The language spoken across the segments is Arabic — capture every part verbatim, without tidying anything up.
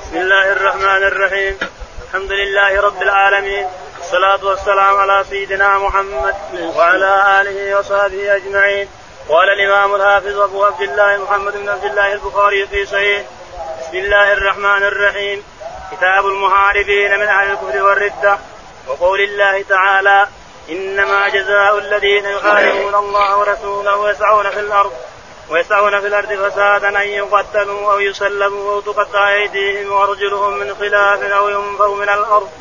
بسم الله الرحمن الرحيم. الحمد لله رب العالمين، والصلاة والسلام على سيدنا محمد وعلى آله وصحبه أجمعين. قال الإمام الحافظ أبو عبد الله محمد بن عبد الله البخاري في صحيح. بسم الله الرحمن الرحيم. كتاب المحاربين من أهل الكفر والردة. وقول الله تعالى: إنما جزاء الذين يحاربون الله ورسوله ويسعون في الأرض ويسعون في الأرض فسادا أن يقتلوا أو يسلبوا أو تقطع أيديهم وأرجلهم من خلاف أو ينفوا من الأرض.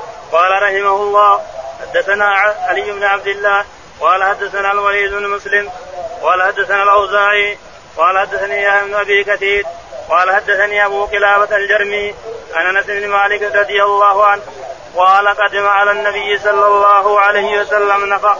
قال رحمه الله: حدثنا علي بن عبد الله قال حدثنا الوليد بن مسلم قال حدثنا الأوزاعي قال حدثني يحيى بن أبي كثير قال حدثني أبو قلابة الجرمي عن أنس بن مالك رضي الله عنه قال: قدم على النبي صلى الله عليه وسلم نفر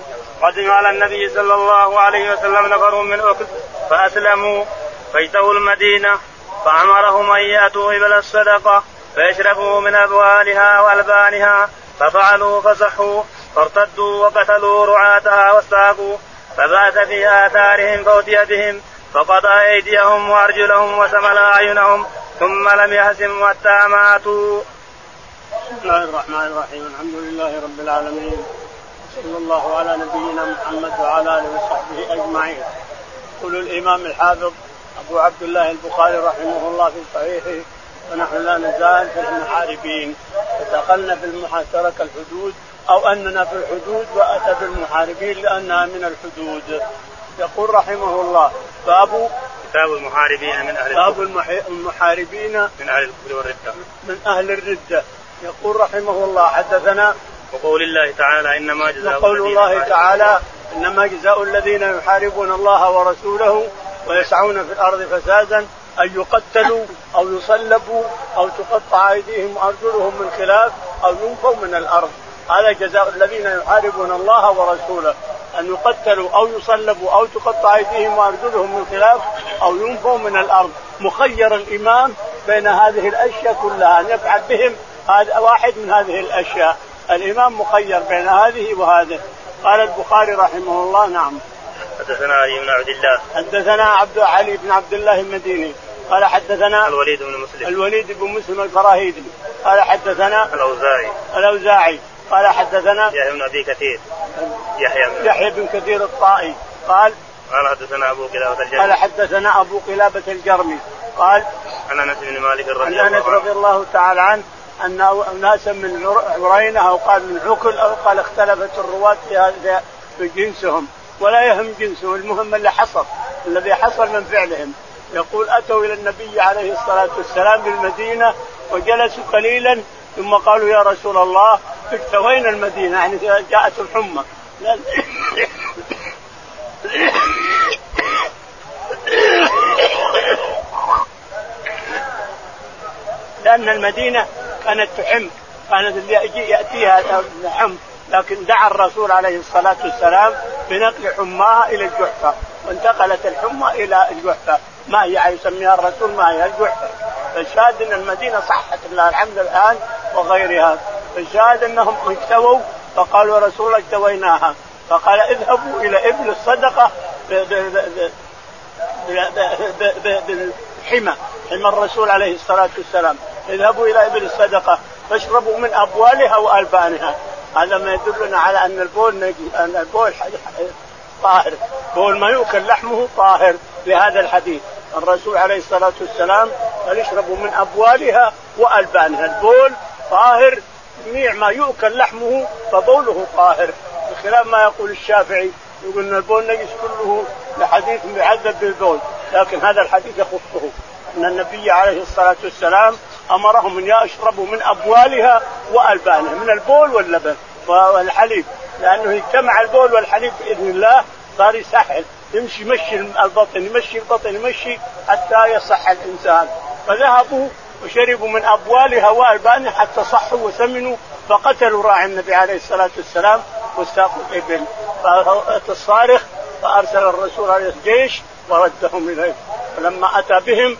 قدم على النبي صلى الله عليه وسلم نفر من أكل فأسلموا فاجتووا المدينة فأمرهم أن يأتوا إبل الصدقة فيشربوا من أبوالها وألبانها ففعلوا فصحوا فارتدوا وقتلوا رعاتها واستاقوا فبعث في آثارهم فأتي بهم فقطع أيديهم وأرجلهم وسمل أعينهم ثم لم يحسموا حتى ماتوا. بسم الله الرحمن الرحيم. الحمد لله رب العالمين، صلى الله على نبينا محمد وعلى آله وصحبه أجمعين. يقول الإمام الحافظ أبو عبد الله البخاري رحمه الله في صحيحه: ونحن لا نزال في المحاربين، دخلنا في المحاربة الحدود أو أننا في الحدود وأتى بالمحاربين لأنها من الحدود. يقول رحمه الله: باب كتاب المحاربين من أهل باب المحاربين من أهل الكفر والردة من أهل الردة. يقول رحمه الله: حدثنا وقول الله تعالى: إنما جزاء وقول الله تعالى: إنما جزاء الذين يحاربون الله ورسوله ويسعون في الأرض فسادا أن يقتلوا أو يصلبوا أو تقطع أيديهم وأرجلهم من خلاف أو ينفوا من الأرض. هذا جزاء الذين يحاربون الله ورسوله، أن يقتلوا أو يصلبوا أو تقطع أيديهم وأرجلهم من خلاف أو ينفوا من الأرض. مخير الإمام بين هذه الأشياء كلها، أن يفعل بهم هذا واحد من هذه الأشياء. الإمام مخير بين هذه وهذه. قال البخاري رحمه الله: نعم. حدثنا علي بن عبد الله حدثنا عبد علي بن عبد الله المديني قال حدثنا الوليد بن مسلم الوليد بن مسلم الفراهيدي قال حدثنا الأوزاعي الأوزاعي قال حدثنا يحيى بن أبي كثير يحيى يحيى بن كثير الطائي قال قال حدثنا أبو قلابة الجرمي قال حدثنا أبو قلابة الجرمي قال عن أنس بن مالك رضي الله عنه رضي الله تعالى عنه أن ناسا من عرينة أو قال من عكل أو قال اختلفت الرواة في في جنسهم ولا يهم جنسهم، المهم اللي حصل الذي حصل من فعلهم. يقول: أتوا إلى النبي عليه الصلاة والسلام بالمدينة وجلسوا قليلا ثم قالوا: يا رسول الله اكتوينا المدينة، يعني جاءت الحمى لأن المدينة كانت تحم، كانت اللي يأتيها الحم، لكن دعا الرسول عليه الصلاة والسلام بنقل حماها إلى الجحفة، وانتقلت الحمى إلى الجحفة، ما هي يسميها الرسول ما هي الجحفة. فالشاهد أن المدينة صحت لله الحمد الآن وغيرها. فالشاهد أنهم اكتووا فقالوا: يا رسول الله اكتويناها. فقال: اذهبوا إلى إبل الصدقة بالحمى، حمى الرسول عليه الصلاة والسلام، اذهبوا إلى إبل الصدقة فاشربوا من أبوالها وألبانها. هذا ما يدلنا على أن البول أن البول طاهر، بول ما يؤكل لحمه طاهر. لهذا الحديث الرسول عليه الصلاة والسلام قال: اشربوا من أبوالها وألبانها. البول طاهر، جميع ما يؤكل لحمه فبوله طاهر، بخلاف ما يقول الشافعي يقول أن البول نجس كله لحديث يعذب بالبول، لكن هذا الحديث يخصه أن النبي عليه الصلاة والسلام أمرهم أن يشربوا من أبوالها وألبانها، من البول واللبن والحليب، لأنه يجتمع البول والحليب بإذن الله صار يسهل، يمشي يمشي البطن يمشي البطن يمشي حتى يصح الإنسان. فذهبوا وشربوا من أبوالها وألبانها حتى صحوا وسمنوا، فقتلوا راعي النبي عليه الصلاة والسلام واستاقوا الإبل. فأتى الصارخ فأرسل الرسول عليه الجيش وردهم إليه، فلما أتى بهم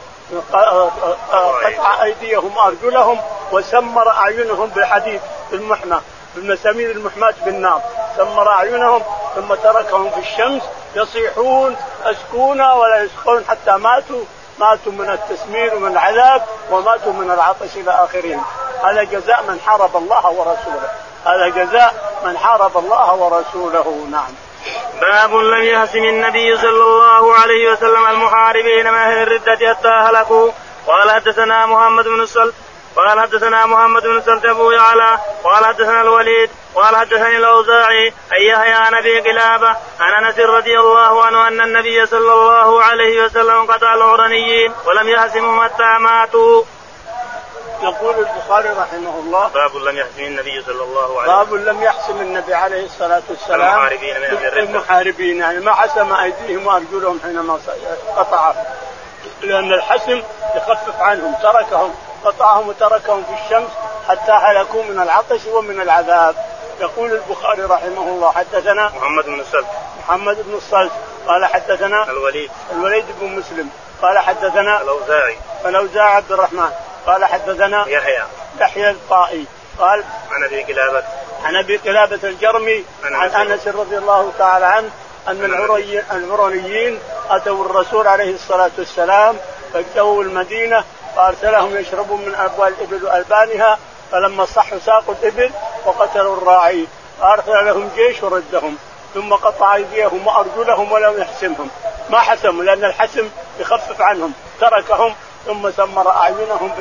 قطع أيديهم وأرجلهم وسمر أعينهم بالحديد بالمحمى بالمسامير المحماة بالنار، سمر أعينهم ثم تركهم في الشمس يصيحون أسكونا ولا يسقون حتى ماتوا ماتوا من التسمير ومن العذاب وماتوا من العطش إلى آخرين. هذا جزاء من حارب الله ورسوله، هذا جزاء من حارب الله ورسوله. نعم. باب لم يهزم النبي صلى الله عليه وسلم المحاربين من أهل الردة حتى هلكوا. قال حدثنا محمد بن الصلت قال حدثنا محمد بن الصلت أبو يعلى قال حدثنا الوليد قال حدثني الأوزاعي أن يحيى عن أبي قلابة عن أنس رضي الله عنه أن النبي صلى الله عليه وسلم قتل العرنيين ولم يهزمهم حتى ماتوا. يقول البخاري رحمه الله باب لم يحسم النبي صلى الله عليه باب لم يحسم النبي عليه الصلاة والسلام المحاربين من أهل الردة المحاربين، يعني ما حسم أيديهم وأرجلهم حينما قطعهم، لأن الحسم يخفف عنهم، تركهم قطعهم وتركهم في الشمس حتى هلكوا من العطش ومن العذاب. يقول البخاري رحمه الله حدثنا محمد بن الصلت محمد بن الصلت قال حدثنا الوليد الوليد بن مسلم قال حدثنا الأوزاعي الأوزاعي عبد الرحمن قال حدثنا يحيى يحيى الطائي قال عن أبي قلابة عن أبي قلابة الجرمي عن أنس رضي الله تعالى عنه أن العرنيين أتوا الرسول عليه الصلاة والسلام فاجتووا المدينة فأرسلهم يشربوا من أبوال الإبل وألبانها، فلما صحوا ساقوا الإبل وقتلوا الراعي، فأرسل لهم جيش وردهم، ثم قطع أيديهم وأرجلهم ولم يحسمهم، ما حسموا لأن الحسم يخفف عنهم، تركهم ثم سمر أعينهم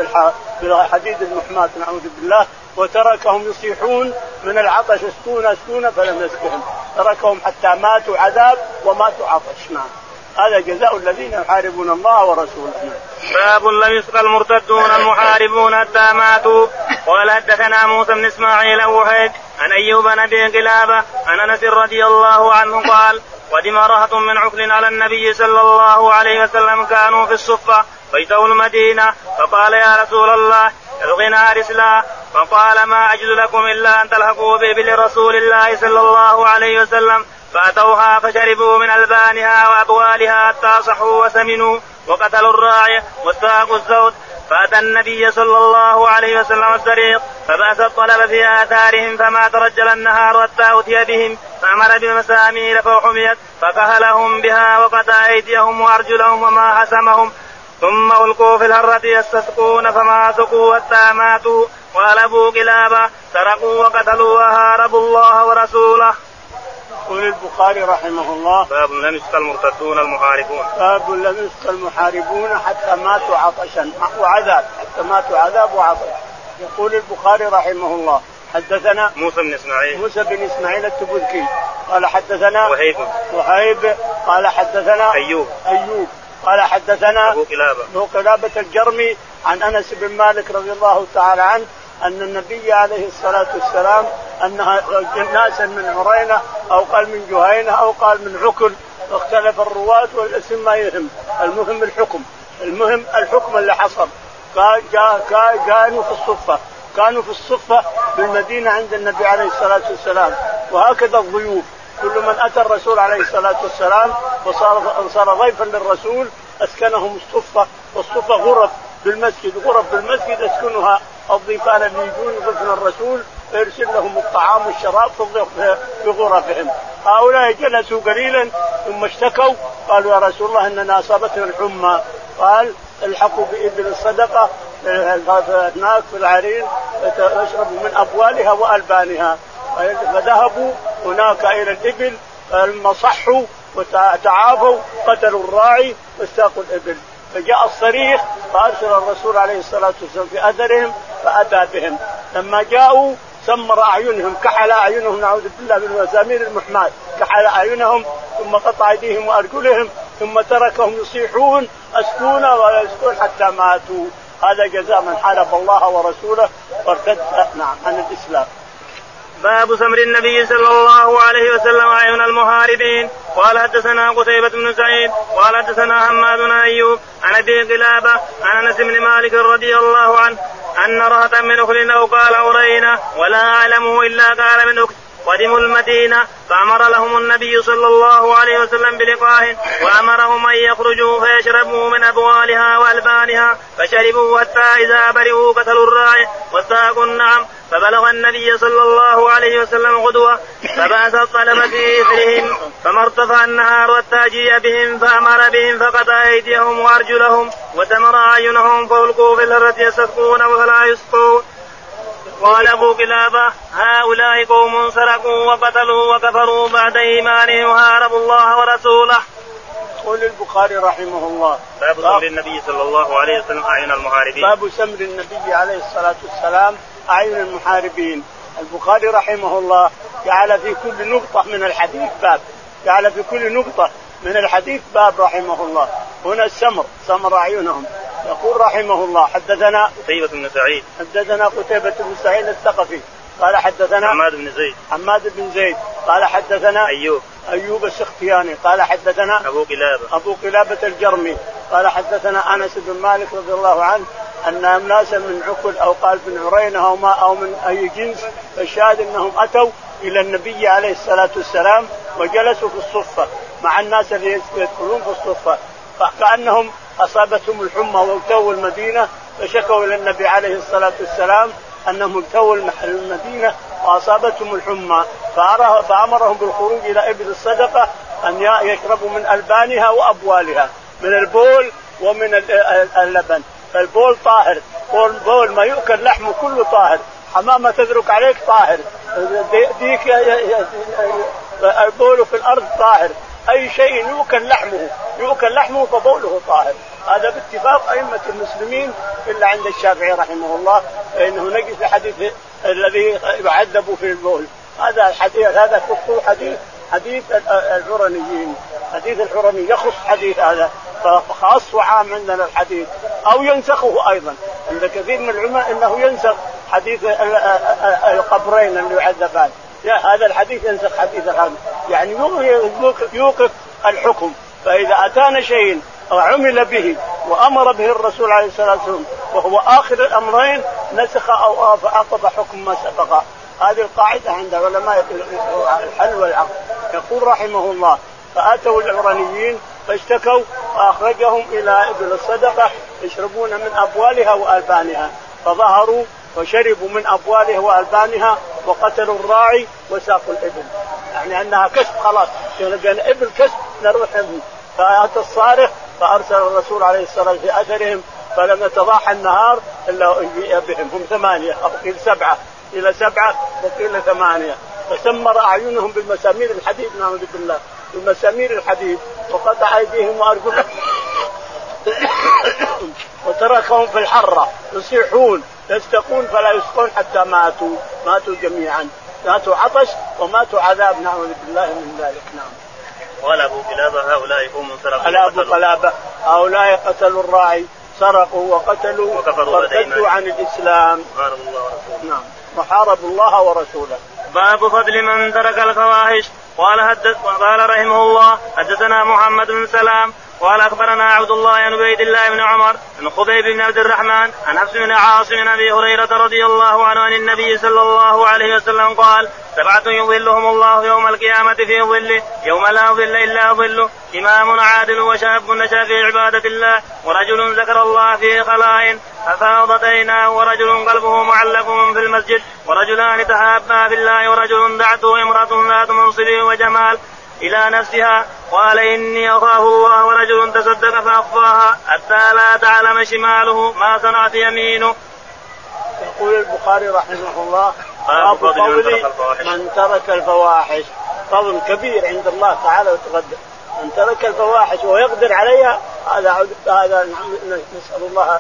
بالحديد المحماة نعوذ بالله، وتركهم يصيحون من العطش اسكون اسكون فلم يسكهم، تركهم حتى ماتوا عذاب وماتوا عطش. نعم. هذا جزاء الذين يحاربون الله ورسوله. باب لم يسق المرتدون المحاربون حتى ماتوا. قال حدثنا موسى بن اسماعيل أبو حيد عن أيوب بن أبي قلابة عن أنس رضي الله عنه قال قدم رهط من عقل على النبي صلى الله عليه وسلم كانوا في الصفة فاجتووا المدينة فقال يا رسول الله ابغنا رسلا، فقال ما أجد لكم إلا أن تلحقوا بإبل رسول الله صلى الله عليه وسلم، فأتوها فشربوا من ألبانها وأبوالها حتى صحوا وسمنوا وقتلوا الراعي واستاقوا الزود. فأتى النبي صلى الله عليه وسلم السريق فبأس الطلب في آثارهم فما ترجل النهار حتى أتي بهم، فأمر بالمسامير فحميت فكهلهم بها وقطع أيديهم وأرجلهم وما حسمهم، ثم ألقوا في الهرة يستسقون فما سقوا حتى ماتوا. قال أبو قلابة سرقوا وقتلوا وهاربوا الله ورسوله. يقول البخاري رحمه الله باب لم يسق المرتدون المحاربون باب لم يسق المحاربون حتى ماتوا عطشا وعذاب حتى ماتوا عذاب وعطش. يقول البخاري رحمه الله حدثنا موسى بن اسماعيل موسى بن اسماعيل التبوذكي قال حدثنا وهيب وهيب قال حدثنا أيوب أيوب قال حدثنا أبو قلابة أبو قلابة الجرمي عن أنس بن مالك رضي الله تعالى عنه أن النبي عليه الصلاة والسلام أنها ناسا من عرينة أو قال من جهينة أو قال من عكل، واختلف الرواة والاسم ما يهم، المهم الحكم المهم الحكم اللي حصل. كانوا في الصفة كانوا في الصفة بالمدينة عند النبي عليه الصلاة والسلام، وهكذا الضيوف كل من أتى الرسول عليه الصلاة والسلام وصار صار ضيفا للرسول أسكنهم الصفة، والصفة غرف بالمسجد غرف بالمسجد يسكنها الضيفان اللي يجون يضيفون الرسول فيرسل لهم الطعام والشراب في غرفهم. هؤلاء جلسوا قليلا ثم اشتكوا قالوا يا رسول الله إننا أصابتنا الحمى، قال الحقوا بإبل الصدقة هناك في العرين يشربوا من أبوالها وألبانها، فذهبوا هناك إلى الإبل فلما صحوا وتعافوا قتلوا الراعي واستاقوا الإبل، فجاء الصريخ فأرسل الرسول عليه الصلاة والسلام في أثرهم فأتى بهم، لما جاءوا سمر أعينهم كحل أعينهم نعوذ بالله بالمسامير المحماة كحل أعينهم، ثم قطع أيديهم وأرجلهم، ثم تركهم يصيحون أسكون ولا يسكون حتى ماتوا. هذا جزاء من حارب الله ورسوله وارتد نعم عن الإسلام. باب سمر النبي صلى الله عليه وسلم أعين المحاربين. قال حدثنا قتيبة بن سعيد قال حدثنا حماد بن أيوب عن أبي قلابة عن أنس بن مالك رضي الله عنه أن رهطا من أخل أو قال عرينة ولا أعلمه إلا قال من أكل قدموا المدينة فأمر لهم النبي صلى الله عليه وسلم بلقاه وأمرهم أن يخرجوا فيشربوا من أبوالها وألبانها، فشربوا حتى إذا برئوا قتلوا الراعي واستاقوا النعم فبلغ النبي صلى الله عليه وسلم غدوة فبعث الطلب في إثرهم فما ارتفع النهار حتى جيء بهم فأمر بهم فقطع أيديهم وأرجلهم وتمر أعينهم فألقوا في الأرض يستسقون ولا يسقون. قال أبو كلابة هؤلاء قوم سرقوا وقتلوا وكفروا بعد إيمانهم وحاربوا الله ورسوله. يقول البخاري رحمه الله باب سمر النبي صلى الله عليه وسلم أعين المحاربين. باب سمر النبي عليه الصلاة والسلام أعين المحاربين. البخاري رحمه الله جعل في كل نقطة من الحديث باب جعل في كل نقطة من الحديث باب رحمه الله. هنا السمر سمر أعينهم. يقول رحمه الله حدثنا قتيبة بن سعيد حدثنا قتيبة بن سعيد الثقفي قال حدثنا حماد بن زيد حماد بن زيد قال حدثنا أيوب أيوب السختياني قال حدثنا أبو كلابة أبو كلابة الجرمي قال حدثنا أنس بن مالك رضي الله عنه أن أناسا من عكل أو قال بن عرينة أو ما أو من أي جنس فالشاهد أنهم أتوا إلى النبي عليه الصلاة والسلام وجلسوا في الصفة مع الناس اللي يدخلون في الصفة فكأنهم أصابتهم الحمى وابتوا المدينة فشكوا إلى النبي عليه الصلاة والسلام أنهم ابتوا المدينة وأصابتهم الحمى فأمرهم بالخروج إلى إبل الصدقة أن يشربوا من ألبانها وأبوالها من البول ومن اللبن. فالبول طاهر بول, بول ما يؤكل لحمه كله طاهر. حمامة تذرك عليك طاهر ديك البول في الأرض طاهر. أي شيء يؤكل لحمه يؤكل لحمه فبوله طاهر. هذا باتفاق أئمة المسلمين إلا عند الشافعي رحمه الله فإنه نجس الحديث الذي يعذب في البول. هذا الحديث هذا حديث حديث الحرنيين حديث الحرني يخص حديث هذا فخاص وعام عندنا الحديث أو ينسخه أيضا عند كثير من العلماء إنه ينسخ حديث القبرين اللي يعذبان. هذا الحديث ينسخ حديث هذا يعني يوقف الحكم. فإذا أتانا شيء وعمل به وأمر به الرسول عليه الصلاة والسلام وهو آخر الأمرين نسخ أو عقب حكم ما سبق. هذه القاعدة عند علماء الحل والعقد. يقول رحمه الله فأتوا العرانيين فاشتكوا فأخرجهم إلى إبل الصدقة يشربون من أبوالها وألبانها فظهروا وشربوا من أبوالها وألبانها وقتلوا الراعي وساقوا الإبل يعني أنها كسب خلاص لأن إبل كسب نروح ابن. فأتى الصارخ فأرسل الرسول عليه الصلاة والسلام في أثرهم فلم يتضاحى النهار إلا جيء بهم هم ثمانية أو قيل سبعة إلى سبعة وقيل ثمانية فسمر أعينهم بالمسامير الحديد نعوذ بالله بالمسامير الحديد وقطع أيديهم وأرجلهم وتركهم في الحرة يصيحون يستقون فلا يسقون حتى ماتوا ماتوا جميعا ماتوا عطش وماتوا عذاب نعوذ بالله من ذلك. نعم. قال أبو كلابة هؤلاء قوم سرقوا قال أبو كلابة هؤلاء قتلوا الراعي سرقوا وقتلوا وارتدوا عن الإسلام نعم وحاربوا الله ورسوله. باب فضل من ترك الفواحش. قال حدث قال رحمه الله حدثنا محمد بن سلام قال أخبرنا عبد الله عن عبيد الله بن عمر عن خبيب بن عبد الرحمن عن حفص بن عاصم عن أبي هريرة رضي الله عنه عن النبي صلى الله عليه وسلم قال سبعة يظلهم الله يوم القيامة في ظله يوم لا ظل إلا ظله إمام عادل وشاب نشأ في عبادة الله ورجل ذكر الله في خلاء ففاضت عيناه ورجل قلبه معلق في المسجد ورجلان تحابا في الله ورجل دعته امرأة ذات منصب وجمال إلى نفسها قال إني أخاف الله ورجل تصدق فأخفاها حتى لا تعلم شماله ما صنعت يمينه. يقول البخاري رحمه الله باب فضل من ترك الفواحش. فضل كبير عند الله تعالى وتقدم. من ترك الفواحش ويقدر عليها هذا هذا نسأل الله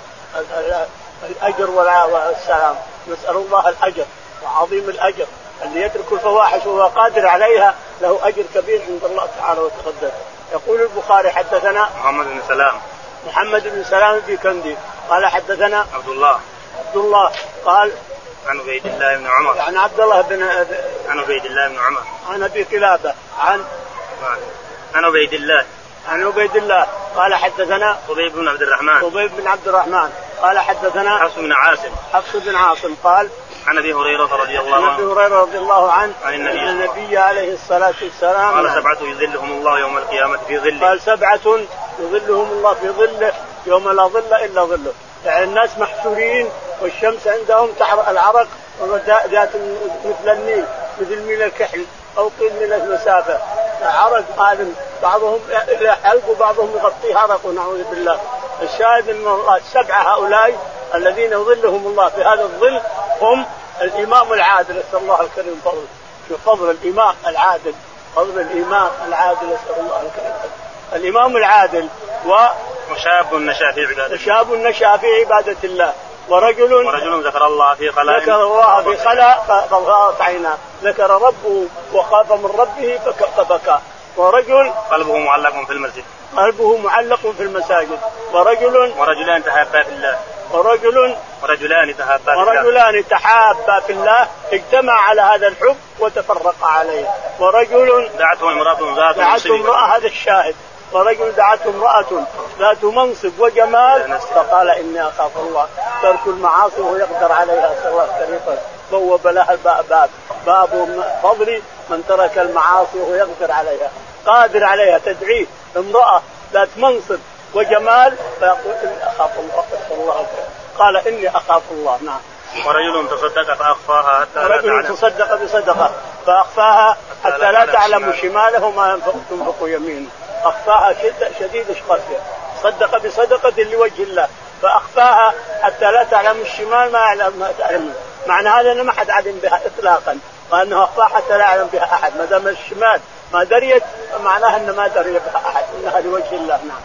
الأجر والسلام نسأل الله الأجر وعظيم الأجر. اللي يترك الفواحش وهو قادر عليها له أجر كبير عند الله تعالى وتقدم. يقول البخاري حدثنا محمد بن سلام محمد بن سلام البيكندي قال حدثنا عبد الله عبد الله قال عن عبيد الله بن عمر عن عبد الله بن عن عبيد الله بن عمر عن أبي كلابة عن عن عبيد الله عن عبيد الله قال حدثنا خبيب بن عبد الرحمن خبيب بن عبد الرحمن قال حدثنا حفص بن عاصم حفص بن عاصم قال عن أبي هريرة رضي الله عنه عن أبي هريرة رضي الله عنه عن النبي, النبي عليه الصلاة والسلام قال سبعة يظلهم الله يوم القيامة في ظله قال سبعة يظلهم الله في ظله يوم لا ظل إلا ظله. يعني الناس محشورين والشمس عندهم تحرق العرق ذات مثل النيل مثل ميل الكحل أو قيل من المسافة عرض قادم بعضهم إلى حلق وبعضهم يغطيه عرق ونعوذ بالله. الشاهد أن الله السبعة هؤلاء الذين يظلهم الله في هذا الظل هم الإمام العادل، نسأل الله الكريم فضل في فضل الإمام العادل، فضل الإمام العادل نسأل الله الكريم الإمام العادل و وشاب نشأ في عبادة الله شاب نشأ في عبادة الله ورجل ورجل ذكر الله في خلاء ذكر الله في خلاء فضاءت عيناه ذكر ربه وخاف من ربه فبكى ورجل قلبه معلق في المسجد قلبه معلق في المساجد ورجل ورجلان تحابا في الله ورجل ورجلان تحابا في الله ورجلان تحابا في الله اجتمع على هذا الحب وتفرق عليه ورجل دعته امرأة ذات دعته امرأة هذا الشاهد ورجل دعته امرأة ذات منصب وجمال فقال إني أخاف الله ترك المعاصي ويقدر عليها صلى الله عليه وسلم بوب لها الباب باب باب فضل من ترك المعاصي ويقدر عليها قادر عليها تدعيه امرأة ذات منصب وجمال فيقول إني أخاف الله صلى الله عليه وسلم قال إني أخاف الله. نعم. ورجل تصدق فأخفاها حتى لا تعلم ورجل تصدق بصدقة فأخفاها حتى لا تعلم شماله ما تنفق يمينه أخفاها شديد إشقافها صدق بصدقة لوجه الله فأخفاها حتى لا تعلم الشمال ما يعلم ما تعلم. معنى هذا أنه ما حد علم بها إطلاقا وأنه أخفاها حتى لا يعلم بها أحد ما دام الشمال ما دريت معناها أن ما دري بها أحد إنها لوجه الله. نعم.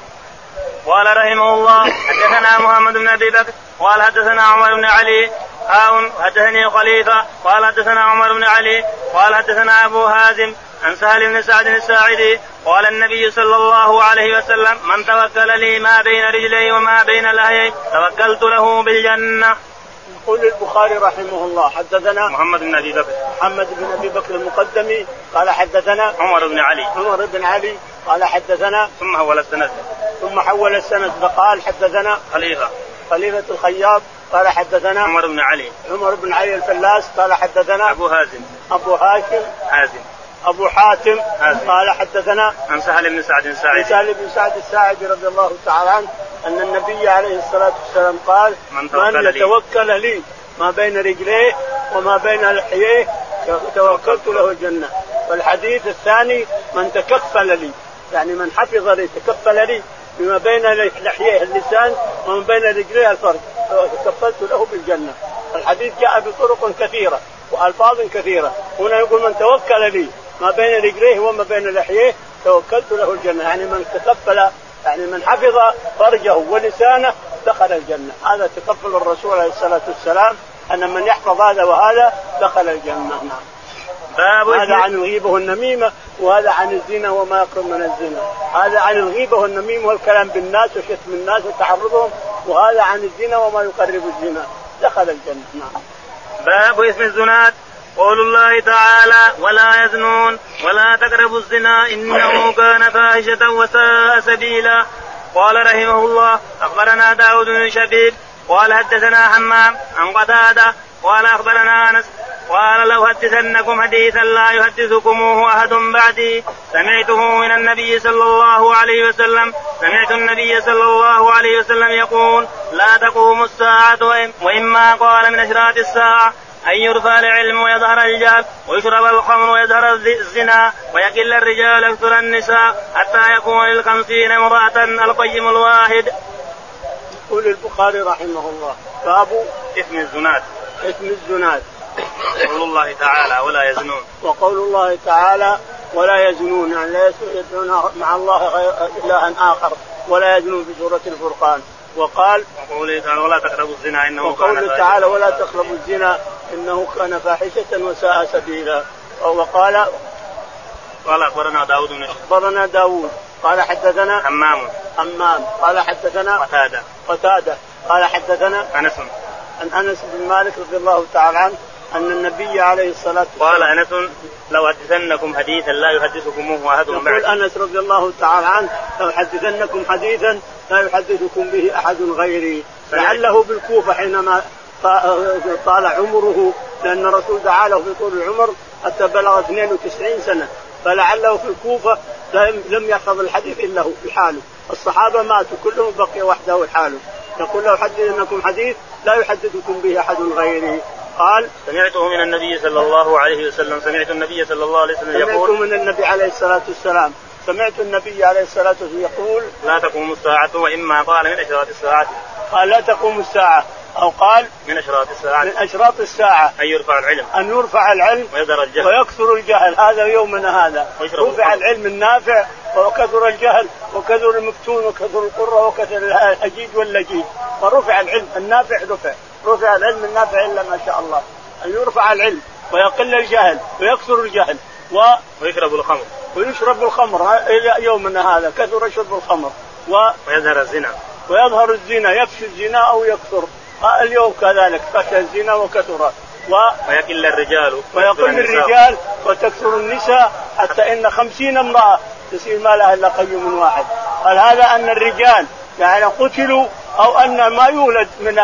قال رحمه الله حدثنا محمد بن أبي بكر قال حدثنا عمر بن علي هاون حدثني خليفة قال حدثنا عمر بن علي قال حدثنا أبو هازم عن سهل بن سعد الساعدي قال النبي صلى الله عليه وسلم من توكل لي ما بين رجلي وما بين لحيي توكلت له بالجنة. يقول البخاري رحمه الله حدثنا محمد بن أبي بكر محمد بن أبي بكر المقدمي قال حدثنا عمر بن علي عمر بن علي قال حدثنا ثم حول السند ثم حول السند فقال حدثنا خليفة خليفة الخياط قال حدثنا عمر بن علي عمر بن علي الفلاس قال حدثنا أبو هازم أبو هاشم هازم أبو حاتم هازم قال حدثنا عن سهل بن سعد الساعدي سهل بن سعد الساعدي رضي الله تعالى عنه أن النبي عليه الصلاة والسلام قال من من يتوكل لي ما بين رجليه وما بين لحييه توكلت له الجنة. والحديث الثاني من تكفل لي يعني من حفظ لي تكفل لي بما بين لحييه اللسان وما بين رجليه الفرج تكفلت له بالجنة. الحديث جاء بطرق كثيرة وألفاظ كثيرة. هنا يقول من توكل لي ما بين رجليه وما بين لحييه توكلت له الجنة يعني من تكفل يعني من حفظ فرجه ولسانه دخل الجنة. هذا تكفل الرسول عليه الصلاة والسلام أن من يحفظ هذا وهذا دخل الجنة. نعم. هذا عن الغيبة والنميمة وهذا عن الزنا وما يقرب من الزنا. هذا عن الغيبة والنميمة والكلام بالناس وشتم الناس وتعرضهم وهذا عن الزنا وما يقرب الزنا دخل الجنة. نعم. باب اسم الزنات قول الله تعالى ولا يزنون ولا تقربوا الزنا إنه كان فاحشة وساء سبيلا. قال رحمه الله أخبرنا داود بن شبيب قال حدثنا حمام عن قتادة قال أخبرنا أنس قال لو حدثنكم حديثا لا يحدثكموه أحد بعدي سمعته من النبي صلى الله عليه وسلم سمعت النبي صلى الله عليه وسلم يقول لا تقوم الساعة وإما قال من أشراط الساعة أن يرفع العلم ويظهر الجهل ويشرب الخمر ويظهر الزنا ويقل الرجال يكثر النساء حتى يكون للخمسين امرأة القيم الواحد. يقول البخاري رحمه الله باب اسم الزنات اسم الزنات قول الله تعالى ولا يزنون وقول الله تعالى ولا يزنون يعني لا يدعون مع الله غير إلها آخر ولا يزنون في سورة الفرقان. وقال وقوله تعالى ولا تقربوا الزنا إنه وقوله كان تعالى ولا تقربوا الزنا إنه كان فاحشة وساء سبيلا. وقال قال أخبرنا داود بن أخبرنا داود قال حدثنا حمام حمام قال حدثنا قتادة قتادة قال حدثنا أنس عن أنس بن مالك رضي الله تعالى عنه أن النبي عليه الصلاة والسلام قال أنس لو حدثنكم حديثا لا يحدثكموه أحد بعد. يقول أنس رضي الله تعالى عنه لو حدثنكم حديثا لا يحدثكم به أحد غيري لعله بالكوفة حينما طال عمره لأن الرسول دعا له في طول العمر حتى بلغ اثنين وتسعين سنة فلعله في الكوفة لم يحفظ الحديث إلا هو في حاله. الصحابة ماتوا كلهم بقي وحده حاله. يقول لو حدثنكم حديث لا يحدثكم به أحد غيري قال سمعته من النبي صلى الله عليه وسلم سمعت النبي صلى الله عليه وسلم يقول سمعت من النبي عليه الصلاة والسلام سمعت النبي عليه الصلاة والسلام يقول لا تقوم الساعة وإما قال من أشراط الساعة قال لا تقوم الساعة أو قال من أشراط الساعة من أشراط الساعة أن يرفع العلم أن يرفع العلم ويكثر الجهل ويكثر الجهل. هذا يومنا هذا رفع العلم النافع وكثر الجهل وكثر المفتون وكثر القرة وكثر الهجيج واللجيج. فرفع العلم النافع رفع رفع العلم النافع إلا ما شاء الله. أن يرفع العلم ويقل الجهل ويكثر الجهل و... ويشرب الخمر ويشرب الخمر إلى يومنا هذا كثر شرب الخمر و... ويظهر الزنا ويظهر الزنا يفشي الزنا أو يكثر. اليوم كذلك فشى الزنا وكثر و... ويقل الرجال ويقل الرجال وتكثر النساء حتى إن خمسين امرأة تصير ما لها إلا قيم واحد. قال هذا أن الرجال يعني قتلوا أو أن ما يولد من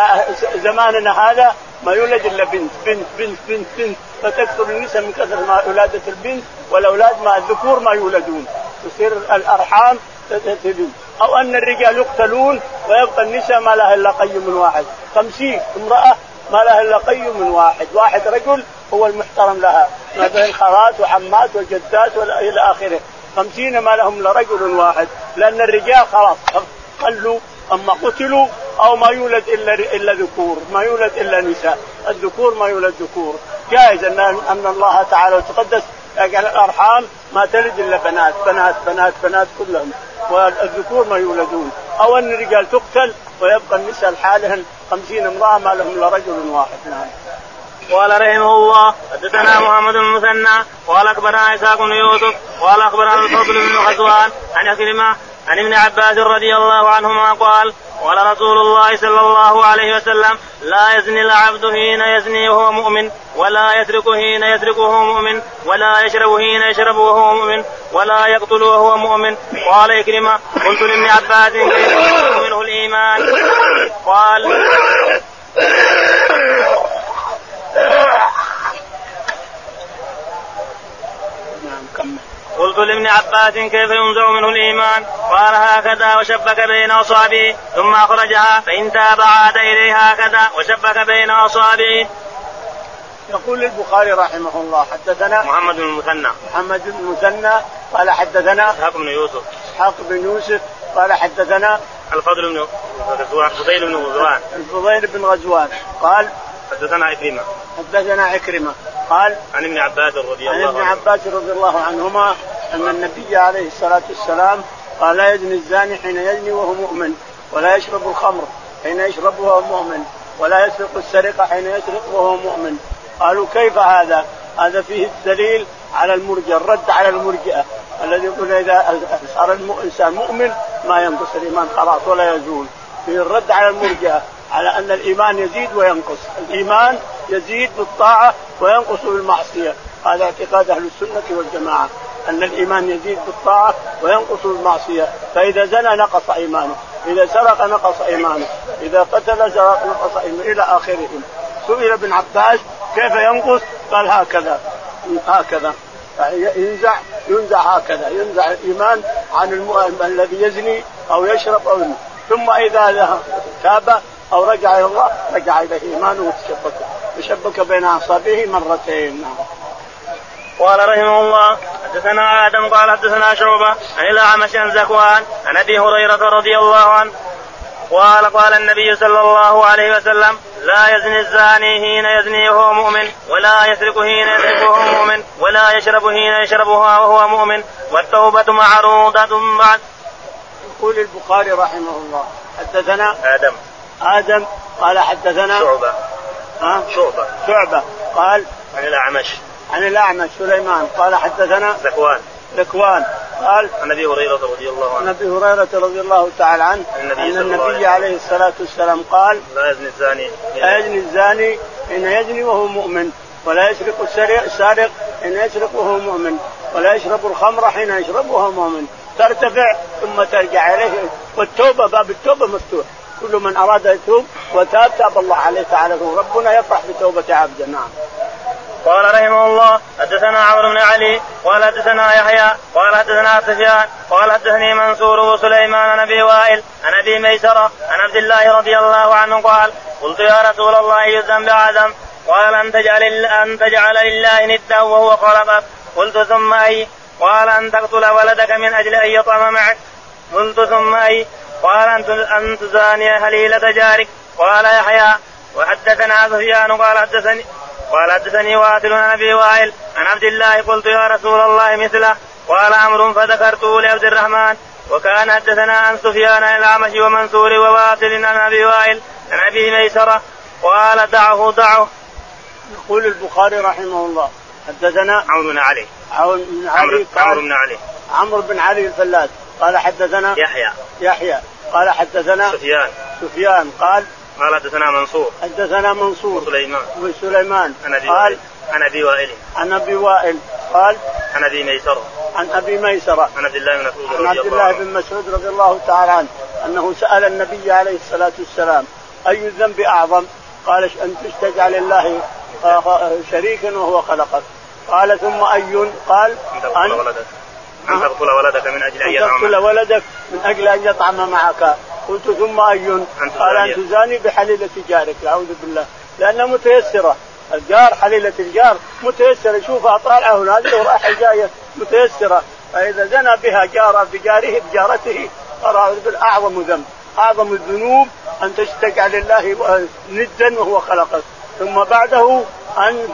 زماننا هذا ما يولد إلا بنت بنت بنت بنت بنت فتكثر النساء من كثر ما ولادة البنت والأولاد ما الذكور ما يولدون تصير الأرحام تتلون. أو أن الرجال يقتلون ويبقى النساء ما لها إلا قيم واحد. خمسين امرأة ما لها إلا قيم واحد واحد رجل هو المحترم لها ما بين خالات وحمات وجدات إلى آخره. خمسين ما لهم إلا رجل واحد لأن الرجال خلاص قلوا أما قتلوا أو ما يولد إلا إلا ذكور ما يولد إلا نساء. الذكور ما يولد ذكور. جائز أن أن الله تعالى وتقدس يجعل الأرحام ما تلد إلا بنات بنات بنات بنات كلهم والذكور ما يولدون. أو أن الرجال تقتل ويبقى النساء لحالهن خمسين امرأة ما لهم إلا رجل واحد. نعم. قال رحمه الله حدثنا محمد بن المثنى قال أخبرنا إسحاق بن يوسف قال أخبرنا الفضل بن غزوان عن عكرمة عن ابن عباس رضي الله عنهما قال قال رسول الله صلى الله عليه وسلم لا يزني العبد حين يزني وهو مؤمن ولا يسرق حين يسرق وهو مؤمن ولا يشرب حين يشرب وهو مؤمن ولا يقتل وهو مؤمن. قال عكرمة قلت لابن عباس كيف ينزع منه الإيمان قال قلت لابن عباس كيف ينزع منه الإيمان قال هكذا وشبك بين أصابعه ثم أخرجها فإن تاب عاد إليه هكذا وشبك بين أصابعه. يقول البخاري رحمه الله حدثنا محمد بن المثنى محمد بن المثنى قال حدثنا إسحاق بن يوسف إسحاق بن يوسف قال حدثنا الفضل بن غزوان الفضيل بن غزوان الفضيل بن غزوان قال حدثنا عكرمة حدثنا عكرمة قال عن ابن عباس رضي الله عنه عن ابن عباس رضي الله عنهما أن النبي عليه الصلاة والسلام قال لا يزني الزاني حين يزني وهو مؤمن ولا يشرب الخمر حين يشرب وهو مؤمن ولا يسرق السرقة حين يسرق وهو مؤمن. قالوا كيف هذا؟ هذا فيه الدليل على المرجئة الرد على المرجئة الذي يقول إذا صار الإنسان مؤمن ما ينقص الإيمان خلاص ولا يزول. فيه الرد على المرجئة على أن الإيمان يزيد وينقص. الإيمان يزيد بالطاعة وينقص بالمعصية. هذا اعتقاد أهل السنة والجماعة أن الإيمان يزيد بالطاعة وينقص بالمعصية. فإذا زنى نقص إيمانه إذا سرق نقص إيمانه إذا قتل سرق نقص إيمانه إلى آخره. سئل ابن عباس كيف ينقص قال هكذا هكذا ينزع ينزع هكذا ينزع الإيمان عن المؤمن الذي يزني أو يشرب أو ينزع. ثم إذا تاب أو رجع إلى الله رجع إليه إيمانه وتشبك وشبك بين أصابعه مرتين. قال رحمه الله حدثنا آدم قال حدثنا شعبة عن الأعمش عن زكوان عن أبي هريرة رضي الله عنه قال قال النبي صلى الله عليه وسلم لا يزني الزاني حين يزني وهو مؤمن ولا يسرق حين يسرق وهو مؤمن ولا يشرب حين يشربها وهو مؤمن والتوبة معروضة بعد. يقول البخاري رحمه الله حدثنا آدم آدم قال حدثنا شعبة ها شعبة شعبة قال عن الأعمش عن الأعمش سليمان قال حدثنا زكوان زكوان قال عن أبي هريرة رضي الله عنه أبي هريرة رضي الله تعالى عنه النبي أن النبي عليه, عليه الصلاة والسلام قال لا يزني الزاني لا يزني الزاني حين يزني وهو مؤمن ولا يسرق السارق حين يسرق وهو مؤمن ولا يشرب الخمر حين يشرب وهو مؤمن. ترتفع ثم ترجع إليه. والتوبة باب التوبة مفتوح كل من أراد يتوب وتاب تاب الله عليه تعالى ربنا يفرح بتوبة عبده. نعم. قال رحمه الله حدثنا عمرو بن علي قال حدثنا يحيى قال حدثنا سفيان قال حدثني منصور وسليمان عن ابي وائل عن ابي ميسره عن عبد الله رضي الله عنه قال قلت يا رسول الله اي الذنب اعظم قال أن تجعل, أن تجعل لله ندا وهو خلقك. قلت ثم أي؟ قال أن تقتل ولدك من أجل أن يطعم معك. قلت ثم أي؟ قال أن تزاني خليلة جارك. قال يحيى وحدثنا سفيان قال حدثني قال حدثني واصل عن أبي وائل عن عبد الله. قلت يا رسول الله مثله. قال عمرو فذكرته لعبد الرحمن. وكان حدثنا عن سفيان عن الأعمش ومنصور وواصل عن أبي وائل عن أبي ميسرة. قال دعه دعه. يقول البخاري رحمه الله حدثنا عمرو بن علي عمرو بن علي عمرو بن علي عمرو بن علي الفلاس قال حدثنا يحيى يحيى قال حدثنا سفيان سفيان قال قال حدثنا منصور حدثنا منصور وسليمان وسليمان قال عن أبي وائل عن أبي وائل قال عن أبي ميسرة عن أبي ميسرة عن عبد الله بن مسعود عن عبد الله بن مسعود رضي الله تعالى عنه أنه سأل النبي عليه الصلاة والسلام أي الذنب أعظم؟ قال أن تجعل الله شريكا وهو خلقك. قال ثم أي؟ قال أن أن تقتل ولدك من أجل أن يطعم تقتل ولدك من أجل أن يطعم معك. قلت ثم أي؟ قال أن تزاني بحليلة جارك. أعوذ بالله، لأنها متيسرة. الجار حليلة الجار متيسرة، شوفها طالعة هذه ورايحة جاية متيسرة. فإذا زنى بها جار بجاره بجارته أعوذ بالله أعظم ذنب، أعظم الذنوب أن تجعل الله ندا وهو خلقك. ثم بعده أن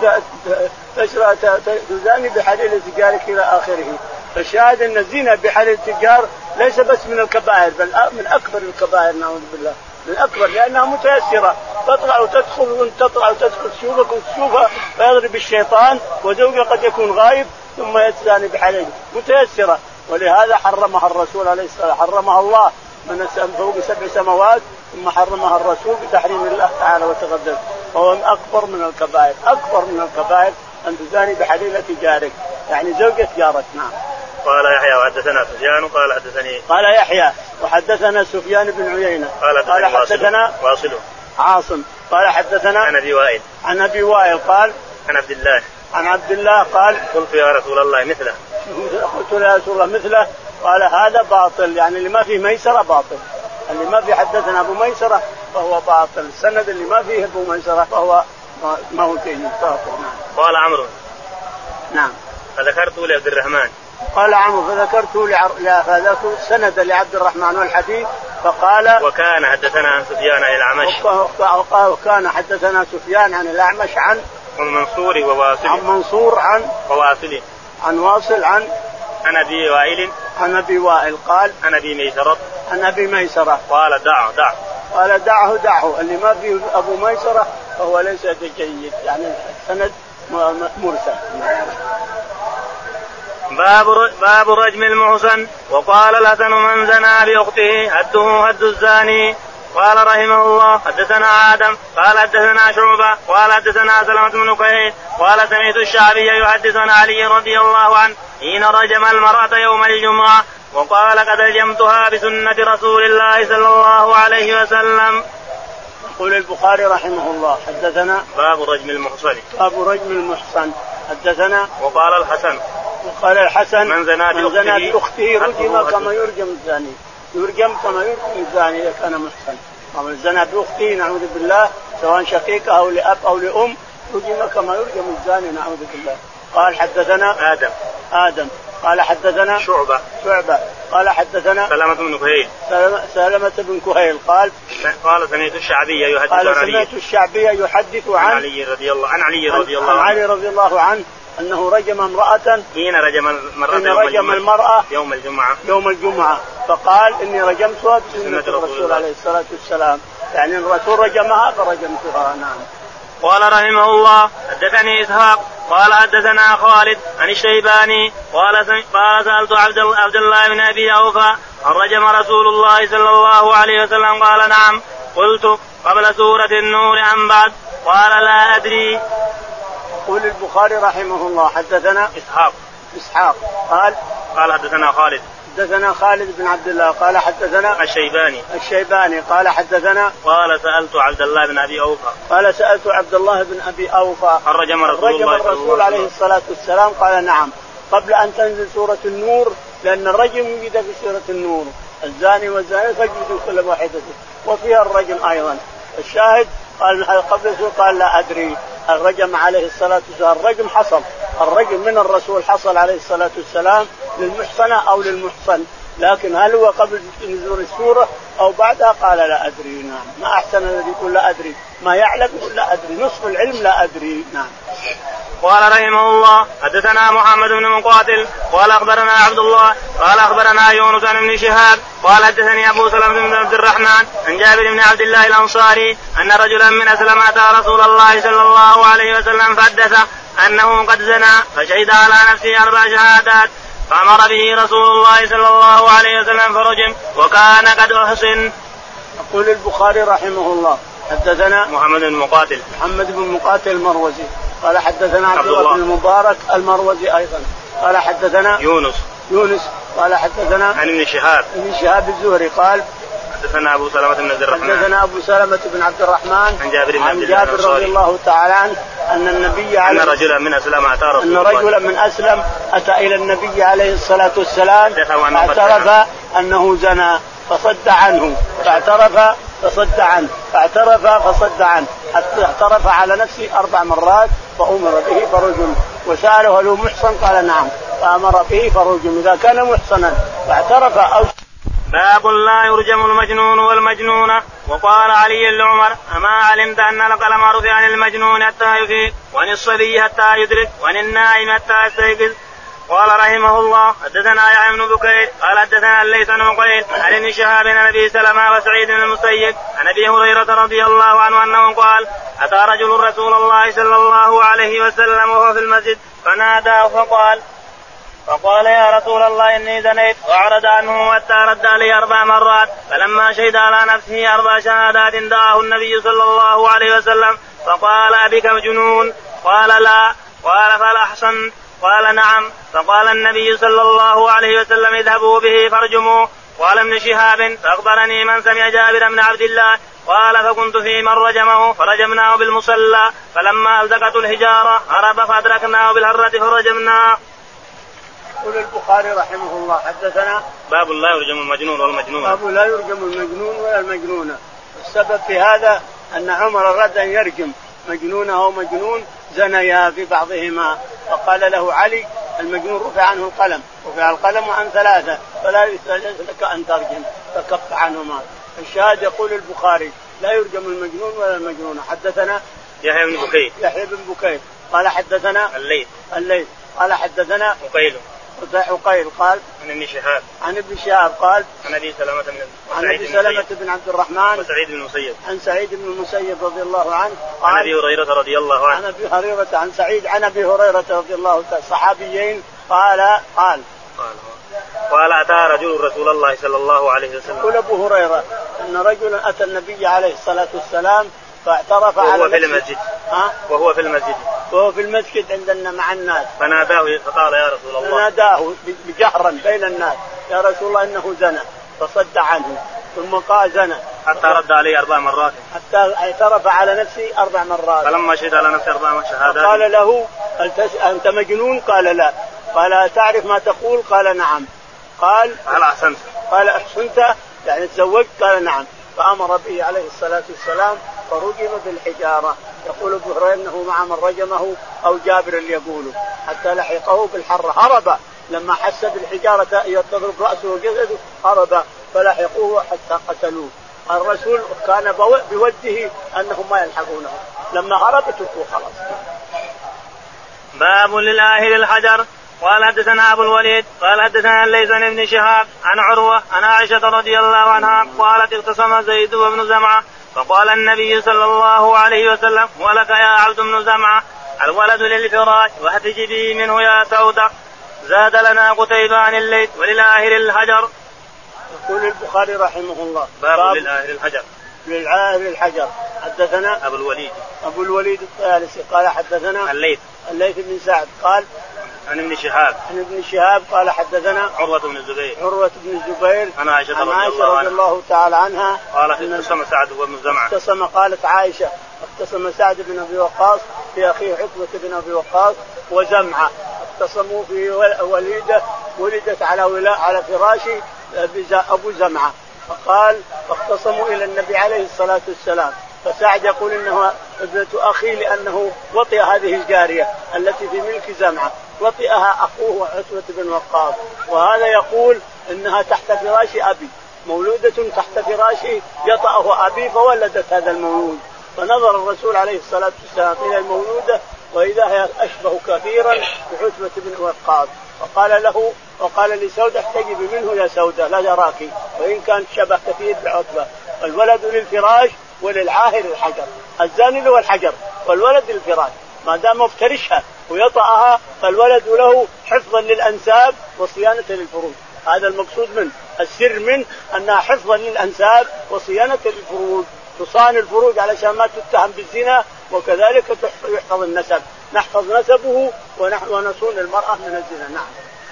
تزاني بحليلة جارك إلى آخره. فالشاهد أن الزنا بحليلة الجار ليس بس من الكبائر بل من أكبر الكبائر نعوذ بالله، من أكبر، لأنها متيسرة، تطلع وتدخل وانت تطلع وتدخل تشوفك وتشوفها فيضرب الشيطان وزوجه قد يكون غايب ثم يتزاني بحليلة متيسرة. ولهذا حرمها الرسول عليه الصلاة والسلام، حرمها الله من فوق سبع سماوات ثم حرمها الرسول بتحريم الله تعالى وتقدم. وهو أكبر من الكبائر، أكبر من الكبائر أن تزاني بحليلة جارك يعني زوجة جارك. نعم. قال يحيى وحدثنا سفيان قال حدثني قال يحيى وحدثنا سفيان بن عيينة قال حدثنا واصل عاصم قال حدثنا عن أبي وائل عن أبي وائل قال عن عبد الله عن عبد الله قال قلت يا رسول الله مثله. قلت يا رسول الله مثله. قال هذا باطل، يعني اللي ما فيه ميسرة باطل، اللي ما فيه حدثنا أبو ميسرة فهو باطل، السند اللي ما فيه أبو ميسرة فهو ما هو شيء باطل. قال عمرو نعم فذكرت لعبد الرحمن. قال عمرو فذكرت فذكرت السند لعبد الرحمن والحديث فقال وكان حدثنا عن سفيان عن الأعمش وكان حدثنا سفيان عن الأعمش عن منصور وواصل عن منصور عن وواصل عن واصل عن عن أبي وائل عن أبي وائل قال عن أبي ميسرة عن أبي ميسرة قال دعه دعه قال دعه دعه اللي ما فيه أبو ميسرة فهو ليس بجيد، يعني السند مرسل. باب باب رجم المحصن. وقال الحسن من زنى بأخته حده حد الزاني. قال رحمه الله حدثنا آدم قال حدثنا شعبة قال حدثنا سلمة بن كهيل قال سمعت الشعبي يحدث عن علي رضي الله عنه حين رجم المرأة يوم الجمعة وقال قد رجمتها بسنة رسول الله صلى الله عليه وسلم. يقول البخاري رحمه الله حدثنا باب رجم المحصن باب رجم المحصن حدثنا وقال الحسن وقال الحسن من زنى بأخته رجم كما يرجم الزاني، يرجم كما يرجم الزاني إذا كان محصن. ومن زنى بأخته نعوذ بالله سواء شقيقة أو لأب أو لأم رجم كما يرجم الزاني نعوذ بالله. قال حدثنا آدم آدم قال حدثنا شعبة شعبة قال حدثنا سلمة بن كهيل سلمة بن كهيل قال قال سمعت الشعبي يحدث قال سمعت الشعبي يحدث عن علي رضي الله عن علي رضي الله عن علي رضي الله عنه أنه رجم امرأة حين رجم المرأة حين رجم المرأة يوم الجمعة يوم الجمعة فقال إني رجمتها بسنة الرسول عليه الصلاة والسلام، يعني الرسول رجمها فرجمتها. نعم. قال رحمه الله حدثني إسحاق قال حدثنا خالد عن الشيباني قال قال سألت عبد الله بن أبي أوفى هل رجم رسول الله صلى الله عليه وسلم؟ قال نعم. قلت قبل سورة النور أم بعد؟ قال لا أدري. يقول البخاري رحمه الله حدثنا إسحاق إسحاق قال قال حدثنا خالد حدثنا خالد بن عبد الله قال حدثنا الشيباني الشيباني قال حدثنا قال سألت عبد الله بن أبي أوفى قال سألت عبد الله بن أبي أوفى هل رجم رسول رجم الرسول عليه الصلاة والسلام؟ قال نعم قبل أن تنزل سورة النور، لأن الرجم وجد في سورة النور الزاني والزانية فاجلدوا كل واحدة وفيها الرجم أيضا. الشاهد قال قبل سورة قال لا أدري الرجم عليه الصلاة والسلام. الرجم حصل الرجم من الرسول حصل عليه الصلاة والسلام للمحصنة أو للمحصن، لكن هل هو قبل نزول السورة أو بعدها؟ قال لا أدري. نعم. ما أحسن الذي يقول لا أدري، ما يعلم يقول لا أدري، نصف العلم لا أدري. نعم. قال رحمه الله حدثنا محمد بن مقاتل قال أخبرنا عبد الله قال أخبرنا يونس عن ابن شهاب قال حدثني أبو سلمة بن عبد الرحمن عن جابر بن عبد الله الأنصاري أن رجلا من أسلم أتى رسول الله صلى الله عليه وسلم فحدثه أنه قد زنى فشهد على نفسه أربع شهادات فأمر به رسول الله صلى الله عليه وسلم فرجم وكان قد أحسن. يقول البخاري رحمه الله حدثنا محمد بن مقاتل محمد بن مقاتل المروزي قال حدثنا عبد الله بن المبارك المروزي أيضا قال حدثنا يونس يونس قال حدثنا عن ابن شهاب ابن شهاب الزهري قال حدثنا أبو سلمة بن عبد الرحمن حدثنا أبو سلمة بن عبد الرحمن عن جابر بن عن جابر رضي الله تعالى عنه أن النبي عليه أن رجلا من أسلم أتى أن رجلا من أسلم أتى إلى النبي عليه الصلاة والسلام فاعترف أنه زنى فصد عنه فاعترف فصد عنه فاعترف فصد عنه حتى اعترف على نفسه أربع مرات فأمر به فرجم وسأله هل هو محصن قال نعم فأمر به فرجم إذا كان محصنا فاعترف أو. باب لا يرجم المجنون والمجنونة. وقال علي لعمر أما علمت أن القلم رفع عن المجنون حتى يفيق وعن الصبي حتى يدرك وعن النائم حتى يستيقظ. قال رحمه الله حدثنا يحيى بن بكير قال حدثنا الليث بن عقيل عن ابن شهاب عن ابي سلمة وسعيد بن المسيب عن ابي هريرة رضي الله عنه انه قال اتى رجل رسول الله صلى الله عليه وسلم وهو في المسجد فناداه فقال فقال يا رسول الله إني زنيت وأعرض عنه حتى رد علي أربع مرات فلما شهد على نفسه أربع شهادات دعاه النبي صلى الله عليه وسلم فقال أبك مجنون؟ قال لا. قال فلا أحسن؟ قال نعم. فقال النبي صلى الله عليه وسلم اذهبوا به فارجموه. قال ابن شهاب فأخبرني من سمع جابر بن عبد الله قال فكنت في من رجمه فرجمناه بالمصلى فلما التقته الحجارة هرب فأدركناه بالهرة فرجمناه. يقول البخاري رحمه الله حدثنا باب لا يرجم المجنون والمجنونة. باب لا يرجم المجنون ولا المجنونة. السبب في هذا أن عمر أراد أن يرجم مجنونه ومجنون زنيا في بعضهما فقال له علي المجنون رفع عنه القلم رفع القلم عن ثلاثة فلا يستجوز لك أن ترجم فكف عنهما. الشاهد يقول البخاري لا يرجم المجنون ولا المجنونة. حدثنا يحيى بن بكير يحيى بن بكير قال حدثنا الليث الليث قال حدثنا عقيل عقيل قال عن ابن شهاب عن ابن شهاب قال عن ابي سلمة بن عن ابي سلمة بن عبد الرحمن وسعيد بن المسيب عن سعيد بن المسيب رضي الله عنه عن ابي هريرة رضي الله عنه عن ابي هريرة عن سعيد عن ابي هريرة رضي الله تعالى صحابيين قال قال قال قال أتى رجل رسول الله صلى الله عليه وسلم. يقول أبو هريرة أن رجلا أتى النبي عليه الصلاة والسلام فاعترف وهو على في المسجد ها؟ وهو في المسجد وهو في المسجد عندنا مع الناس فناداه فقال يا رسول الله فناداه بجهرا بين الناس يا رسول الله إنه زنى فصد عنه ثم قال زنى حتى رد عليه أربع مرات حتى اعترف على نفسه أربع مرات فلما شهد على نفسه أربع شهادات قال له أنت مجنون؟ قال لا. قال تعرف ما تقول؟ قال نعم. قال هل أحسنت؟ قال أحسنت يعني تزوجت؟ قال نعم. فأمر به عليه الصلاة والسلام فرجم بالحجارة. يقول ابو هريرة انه مع من رجمه او جابر اللي يقوله حتى لحقه بالحرة هرب لما حس بالحجارة تضرب رأسه وجسده هرب فلحقوه حتى قتلوه. الرسول كان بوده انهم ما يلحقونه لما هرب تركوه خلاص. باب للآهل الحجر. قال حدثنا أبو الوليد قال حدثنا الليث بن ابن شهاب عن عروة عن عائشة رضي الله عنها قالت اختصم زيد وابن زمعة فقال النبي صلى الله عليه وسلم ولك يا عبد بن زمعة الولد للفراش واحتجبي منه يا سودة. زاد لنا قتيبة عن الليث وللآهل الحجر. يقول البخاري رحمه الله باب, باب للآهل الحجر. للآهل الحجر. حدثنا أبو الوليد أبو الوليد الثالثي قال حدثنا الليث الليث بن سعد قال عن ابن شهاب عن ابن شهاب قال حدثنا عروة بن الزبير عروة بن الزبير عن عائشة عن رضي, عائشة الله, رضي الله تعالى عنها قالت اختصم سعد وابن زمعة اختصم قالت عائشة اختصم سعد بن أبي وقاص في أخيه عتبة بن أبي وقاص وزمعة اختصموا في وليدة ولدت على ولاء على فراش أبو زمعة فقال فاختصموا إلى النبي عليه الصلاة والسلام فسعد يقول إنها ابنة أخي لأنه وطئ هذه الجارية التي في ملك زمعة، وطئها أخوه عتبة بن وقاص. وهذا يقول إنها تحت فراش أبي، مولودة تحت فراشه يطأه أبي فولدت هذا المولود. فنظر الرسول عليه الصلاة والسلام إلى المولودة وإذا هي أشبه كثيرا بعتبة بن وقاص، وقال له وقال لسودة احتجبي منه يا سودة لا يراك، وإن كان شبه كثير بعتبة. الولد للفراش وللعاهر الحجر، الزاني له الحجر والولد للفراش، ما دام مفترشها ويطأها فالولد له حفظا للأنساب وصيانة للفروج. هذا المقصود منه، السر من أنها حفظا للأنساب وصيانة للفروج، تصان الفروج علشان ما تتهم بالزنا، وكذلك يحفظ النسب، نحفظ نسبه ونصون المرأة من الزنا. نعم.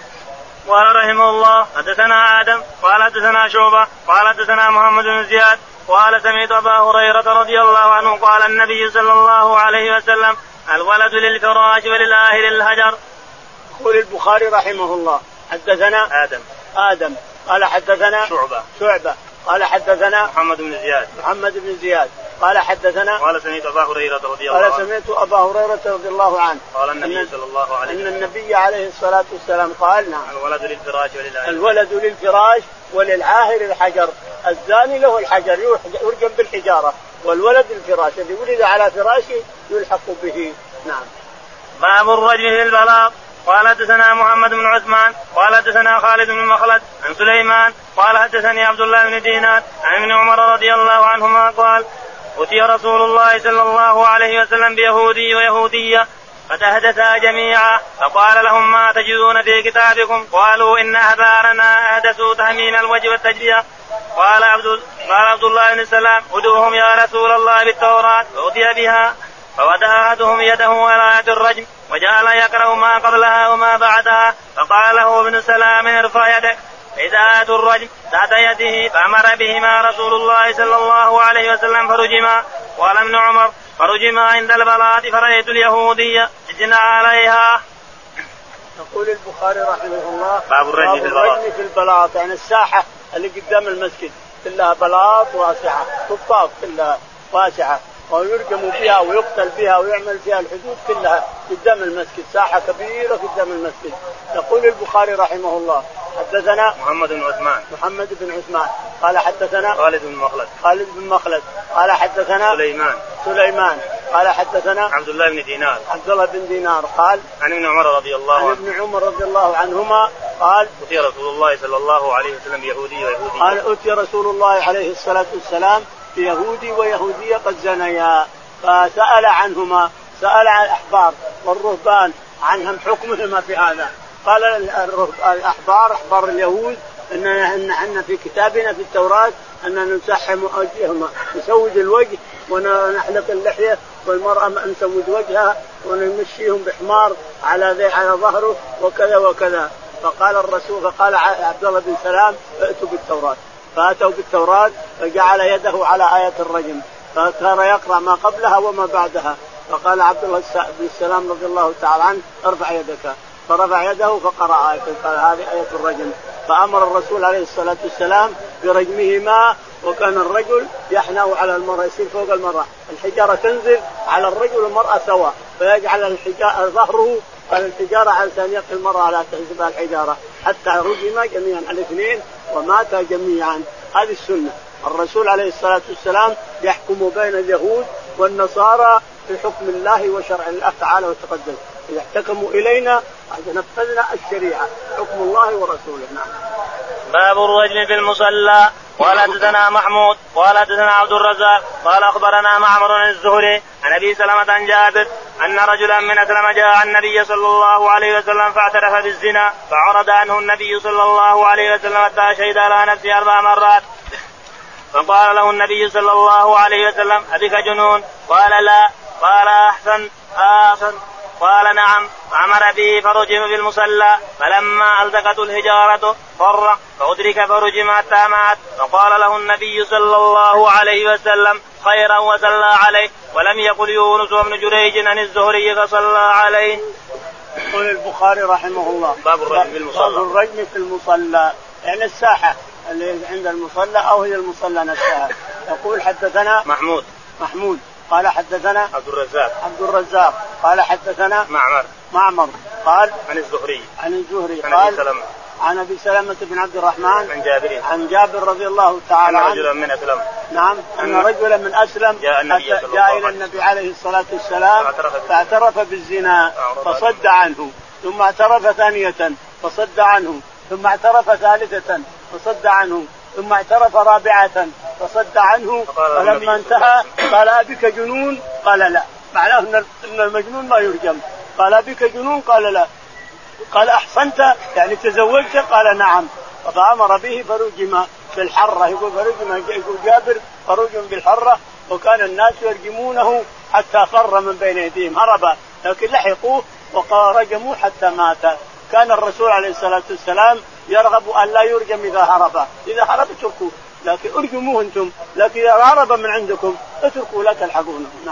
قال رحمه الله حدثنا آدم قال حدثنا شعبة قال حدثنا محمد بن زياد قال سمعت أبا هريرة رضي الله عنه قال النبي صلى الله عليه وسلم الولد للفراش وللآهل الهجر. يقول البخاري رحمه الله حدثنا آدم آدم قال حدثنا شعبة شعبة قال حدثنا محمد بن زياد محمد بن زياد قال حدثنا قال سمعت أبا هريرة رضي الله عنه قال سمعت أبا هريرة رضي الله عنه قال النبي صلى الله عليه وسلم أن النبي عليه الصلاة والسلام قال نعم الولد للفراش وللعاهر الولد للفراش وللعاهر الحجر، الزاني له الحجر يرجم بالحجارة، والولد للفراش الذي ولد على فراشه يلحق به. نعم. باب الرجم في البلاط. قال حدثنا محمد بن عثمان قال حدثنا خالد بن مخلد عن سليمان قال حدثني عبد الله بن دينار عن ابن عمر رضي الله عنهما قال أتي رسول الله صلى الله عليه وسلم بيهودي ويهودية فتحدثا جميعا فقال لهم ما تجدون في كتابكم؟ قالوا إن أحبارنا أحدثوا تهمين الوجه والتجبية. قال عبد قال عبد الله بن سلام ادعوهم يا رسول الله بالتوراة فأتي بها فوضع أحدهم يده على آية الرجم وجعل يقرأ ما قبلها وما بعدها، فقال له ابن سلام ارفع يدك، إذا آية الرجم تحت يده، فأمر بهما رسول الله صلى الله عليه وسلم فرجما. قال ابن عمر فرجما عند البلاط فرأيت اليهودية تجنى عليها. يقول البخاري رحمه الله باب الرجم في البلاط. في البلاط يعني الساحة اللي قدام المسجد كلها بلاط واسعة، طباق كلها واسعة، ويرجم فيها ويقتل فيها ويعمل فيها الحدود كلها قدام المسجد، ساحة كبيرة قدام المسجد. يقول البخاري رحمه الله حدثنا محمد بن عثمان محمد بن عثمان قال حدثنا خالد بن مخلد خالد بن مخلد قال حدثنا سليمان سليمان قال حدثنا عبد الله بن دينار عبد الله بن دينار قال عن ابن عمر رضي الله عنه عن ابن عمر رضي الله عنهما قال أتي رسول الله صلى الله عليه وسلم يهودي ويهودي قال أتي رسول الله عليه الصلاة والسلام بيهودي ويهودية قد زنيا، فسأل عنهما، سأل عن الأحبار والرهبان عنهم حكمهما في هذا. قال الأحبار أحبار اليهود إن عندنا في كتابنا في التوراة أننا نسحم وجههما، نسود الوجه ونحلق اللحية، والمرأة نسود وجهها ونمشيهم بحمار على على ظهره وكذا وكذا. فقال الرسول فقال عبد الله بن سلام ائتوا بالتوراة، فأتوا بالتوراة فجعل يده على آية الرجم، فكان يقرأ ما قبلها وما بعدها. فقال عبد الله بن السلام رضي الله تعالى عنه ارفع يدك، فرفع يده فقرأ آية، قال هذه آية الرجم. فأمر الرسول عليه الصلاة والسلام برجمهما، وكان الرجل يحنو على المرأة، يصير فوق المرأة، الحجارة تنزل على الرجل والمرأة سوا، فيجعل الحجارة ظهره على الحجارة علشان يقي المرأة لا تحسبها الحجارة، حتى رجما جميعا الاثنين وماتا جميعا. هذه السنة. الرسول عليه الصلاة والسلام يحكم بين اليهود والنصارى في حكم الله وشرع الله تعالى وتقدم، إذا احتكموا إلينا نفذنا الشريعة، حكم الله ورسوله. نعم. باب الرجم في المصلى. قال حدثنا محمود قال حدثنا عبد الرزاق قال أخبرنا معمر عن الزهري عن أبي سلمة عن جابر أن رجلا من أسلم جاء النبي صلى الله عليه وسلم فاعترف بالزنا، فعرض عنه النبي صلى الله عليه وسلم حتى شهد على نفسه أربع مرات، فقال له النبي صلى الله عليه وسلم أبك جنون؟ قال لا. قال أحسن أحسن قال نعم. فأمر به فرجم في المصلى، فلما ألتقته الحجارة فر فأدرك فرجم حتى مات، فقال له النبي صلى الله عليه وسلم خيرا وصلى عليه. ولم يقل يونس بن جريج عن الزهري فصلى عليه. يقول البخاري رحمه الله باب الرجم في المصلى. باب الرجم في المصلى يعني الساحة اللي عند المصلى أو هي المصلى نفسها. يقول حدثنا محمود محمود قال حدثنا عبد الرزاق عبد الرزاق قال حدثنا معمر معمر قال عن الزهري عن الزهري عن قال سلمة عن ابي سلمة بن عبد الرحمن عن جابر عن جابر رضي الله تعالى عنه رجلا من أسلم نعم أن رجلا من أسلم جاء, جاء إلى النبي عليه الصلاة والسلام فاعترف بالزنا فصد عنه ثم اعترف ثانية فصد عنه ثم اعترف ثالثة فصد عنه ثم اعترف رابعة فصد عنه فلما انتهى قال أبك جنون قال لا معناه أن المجنون ما يرجم قال أبك جنون قال لا قال أحصنت يعني تزوجت قال نعم فأمر به فرجم في الحرة يقول فرجم يقول جابر فرجم بالحرة وكان الناس يرجمونه حتى فر من بين يديهم هرب لكن لحقوه ورجموه حتى مات. كان الرسول عليه الصلاة والسلام يرغب أن لا يرجم إذا هرب إذا هرب اتركوه لكن ارجموه أنتم لكن إذا هرب من عندكم اتركوا لا تلحقونه. نعم.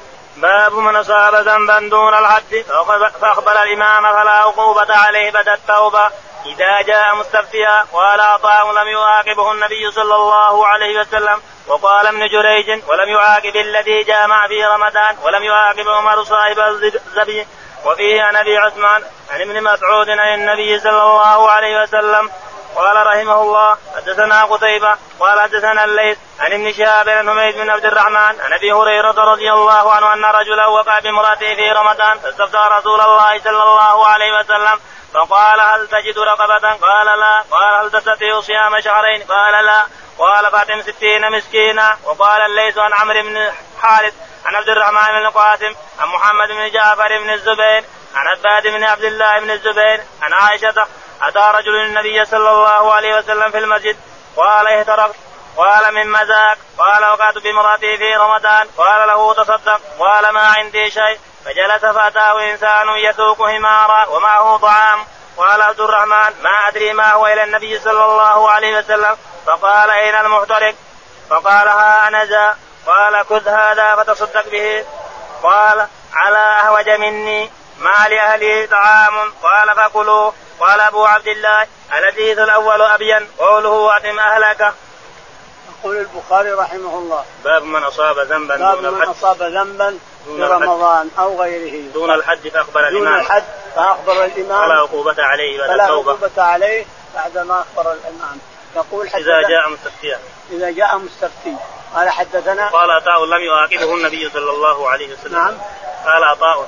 باب من أصاب ذنبا دون الحد فأقبل الإمام فلا عقوبة عليه بدا التوبة إذا جاء مستفتيا وقال عطاء لم يعاقبه النبي صلى الله عليه وسلم وقال ابن جريج ولم يعاقب الذي جامع في رمضان ولم يعاقب عمر صاحب الزبي. وفيه عن أبي عثمان عن ابن مسعود عن النبي صلى الله عليه وسلم قال رحمه الله حدثنا قتيبة قال حدثنا الليث عن ابن شهاب عن حميد بن عبد الرحمن عن أبي هريرة رضي الله عنه أن رجلا وقع بامرأته في رمضان فاستفتى رسول الله صلى الله عليه وسلم فقال هل تجد رقبة قال لا قال هل تستطيع صيام شهرين قال لا قال فاطم ستين مسكينا. وقال الليث عن عمرو بن حارث عن عبد الرحمن بن القاسم عن محمد بن جعفر بن الزبير عن عباد بن عبد الله بن الزبير عن عائشة أتى رجل النبي صلى الله عليه وسلم في المسجد قال اهترقت قال من مزاك قال وقعت بامرأتي في رمضان قال له تصدق قال ما عندي شيء فجلس فأتاه إنسان يسوق همارا ومعه طعام قال عبد الرحمن ما أدري ما هو إلى النبي صلى الله عليه وسلم فقال أين المحترق فقال ها أنا ذا قال خذ هذا فتصدق به قال على أهوج مني ما لأهلي طعام قال فكلوا. قال أبو عبد الله الحديث الأول أبين قوله أتم أهلك. يقول البخاري رحمه الله باب من أصاب ذنبا باب من أصاب ذنبا في رمضان أو غيره دون الحد فأخبر الإمام دون الحد فأخبر الإمام فلا عقوبة عليه فلا عقوبة عليه بعدما أخبر الإمام. يقول إذا جاء مستفتيا إذا جاء مستفتي قال حدثنا قال عطاء لم يعاقبه النبي صلى الله عليه وسلم. نعم. قال عطاء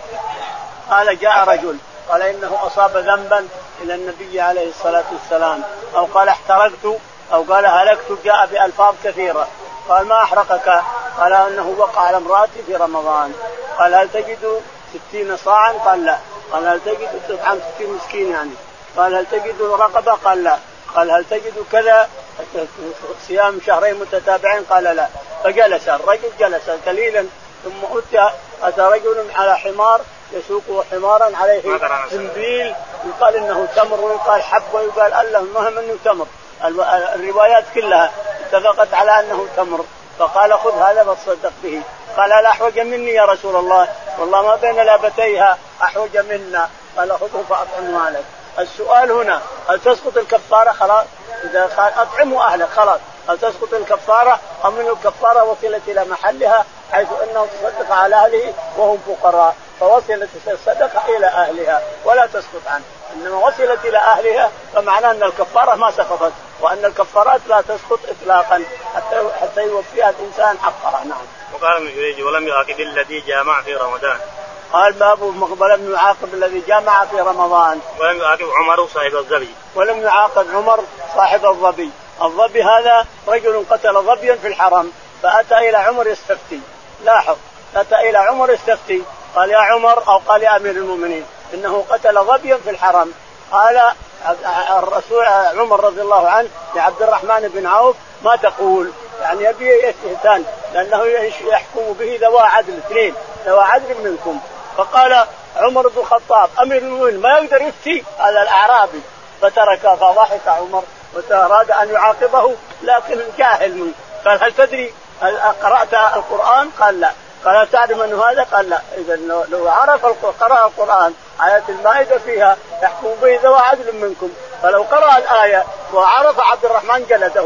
قال جاء رجل قال إنه أصاب ذنبا إلى النبي عليه الصلاة والسلام أو قال احترقت أو قال هلكت جاء بألفاظ كثيرة. قال ما أحرقك قال أنه وقع على امرأتي في رمضان. قال هل تجد ستين صاعا قال لا. قال هل تجد تطعم ستين مسكين يعني. قال هل تجد رقبة قال لا. قال هل تجد كذا صيام شهرين متتابعين قال لا. فجلس الرجل جلس قليلا ثم أتى أتى رجل على حمار يسوق حمارا عليه زنبيل يقال إنه تمر ويقال حب ويقال الله المهم أنه تمر. الروايات كلها اتفقت على أنه تمر. فقال خذ هذا فتصدق به. قال لا أحوج مني يا رسول الله والله ما بين لابتيها أحوج منا. قال خذه فأطعم مالك. السؤال هنا هل تسقط الكفارة؟ خلاص إذا قال أطعموا أهلك خلاص هل تسقط الكفارة أم أن الكفارة وصلت إلى محلها حيث أنه تصدق على أهله وهم فقراء فوصلت الصدقة إلى أهلها ولا تسقط عنه إنما وصلت إلى أهلها فمعناه أن الكفارة ما سقطت وأن الكفارات لا تسقط إطلاقا حتى حتى يوفيها الإنسان حقها. نعم. وقال ابن جريج ولم يعاقب الذي جامع في رمضان. قال باب مقبل لم يعاقب الذي جامع في رمضان. ولم يعاقب عمر صاحب الظبي. ولم يعاقب عمر صاحب الظبي. الظبي هذا رجل قتل ظبيا في الحرم فأتى إلى عمر يستفتي. لاحظ أتى إلى عمر يستفتي قال يا عمر أو قال يا أمير المؤمنين إنه قتل ظبيا في الحرم. قال الرسول عمر رضي الله عنه لعبد الرحمن بن عوف ما تقول يعني يبي يستهتان لأنه يحكم به ذوى عدل اثنين ذوى عدل منكم. فقال عمر بن الخطاب أمير المؤمنين ما يقدر يفتي هذا الأعرابي فترك فضحك عمر وأراد أن يعاقبه لكن جاهل منه. قال هل تدري هل قرأت القرآن؟ قال لا. قال تعلم أنه هذا؟ قال لا. إذا لو عرف قرأ القرآن آية المائدة فيها يحكم به ذوى عدل منكم فلو قرأ الآية وعرف عبد الرحمن جلده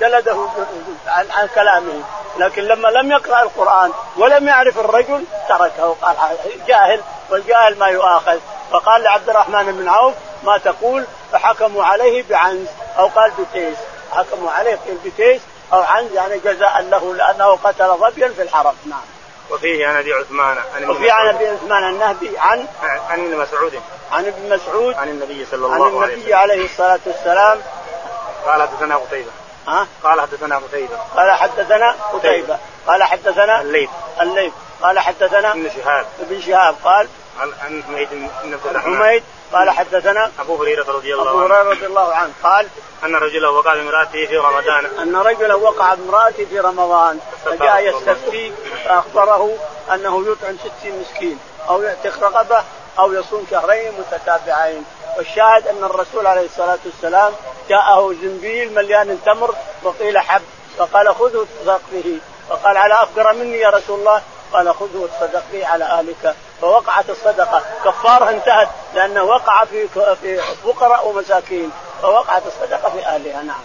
جلده عن, عن كلامه. لكن لما لم يقرأ القرآن ولم يعرف الرجل تركه، قال جاهل، والجاهل ما يؤاخذ. فقال لعبد الرحمن بن عوف ما تقول؟ فحكموا عليه بعنز أو قال بتيس، حكموا عليه بتيس أو عنز، يعني جزاء له لأنه قتل ظبيا في الحرم. نعم. وفيه عن ابي عثمان وفي عن ابي عثمان النهدي عن عن ابن مسعود عن ابن مسعود عن النبي صلى الله عليه وسلم عن النبي عليه الصلاة والسلام قال حدثنا قتيبة ها قال حدثنا قتيبة قال حدثنا قتيبة قال حدثنا الليث الليث قال حدثنا ابن شهاب ابن شهاب قال عن حميد بن عبد الرحمن حميد قال حدثنا أبو هريرة رضي الله عنه أبو هريرة رضي الله عنه قال أن رجلا وقع بامرأته في رمضان أن رجلا وقع بامرأته في رمضان فجاء يستفتي فأخبره أنه يطعم ستين مسكين أو يعتق رقبة أو يصوم شهرين متتابعين. والشاهد أن الرسول عليه الصلاة والسلام جاءه زنبيل مليان تمر وقيل حب، فقال خذه تصدق به، فقال على أفقر مني يا رسول الله؟ قال خذه وتصدق به على أهلك. فوقعت الصدقة، كفارها انتهت لأنه وقع في في فقراء ومساكين، فوقعت الصدقة في أهلها. نعم.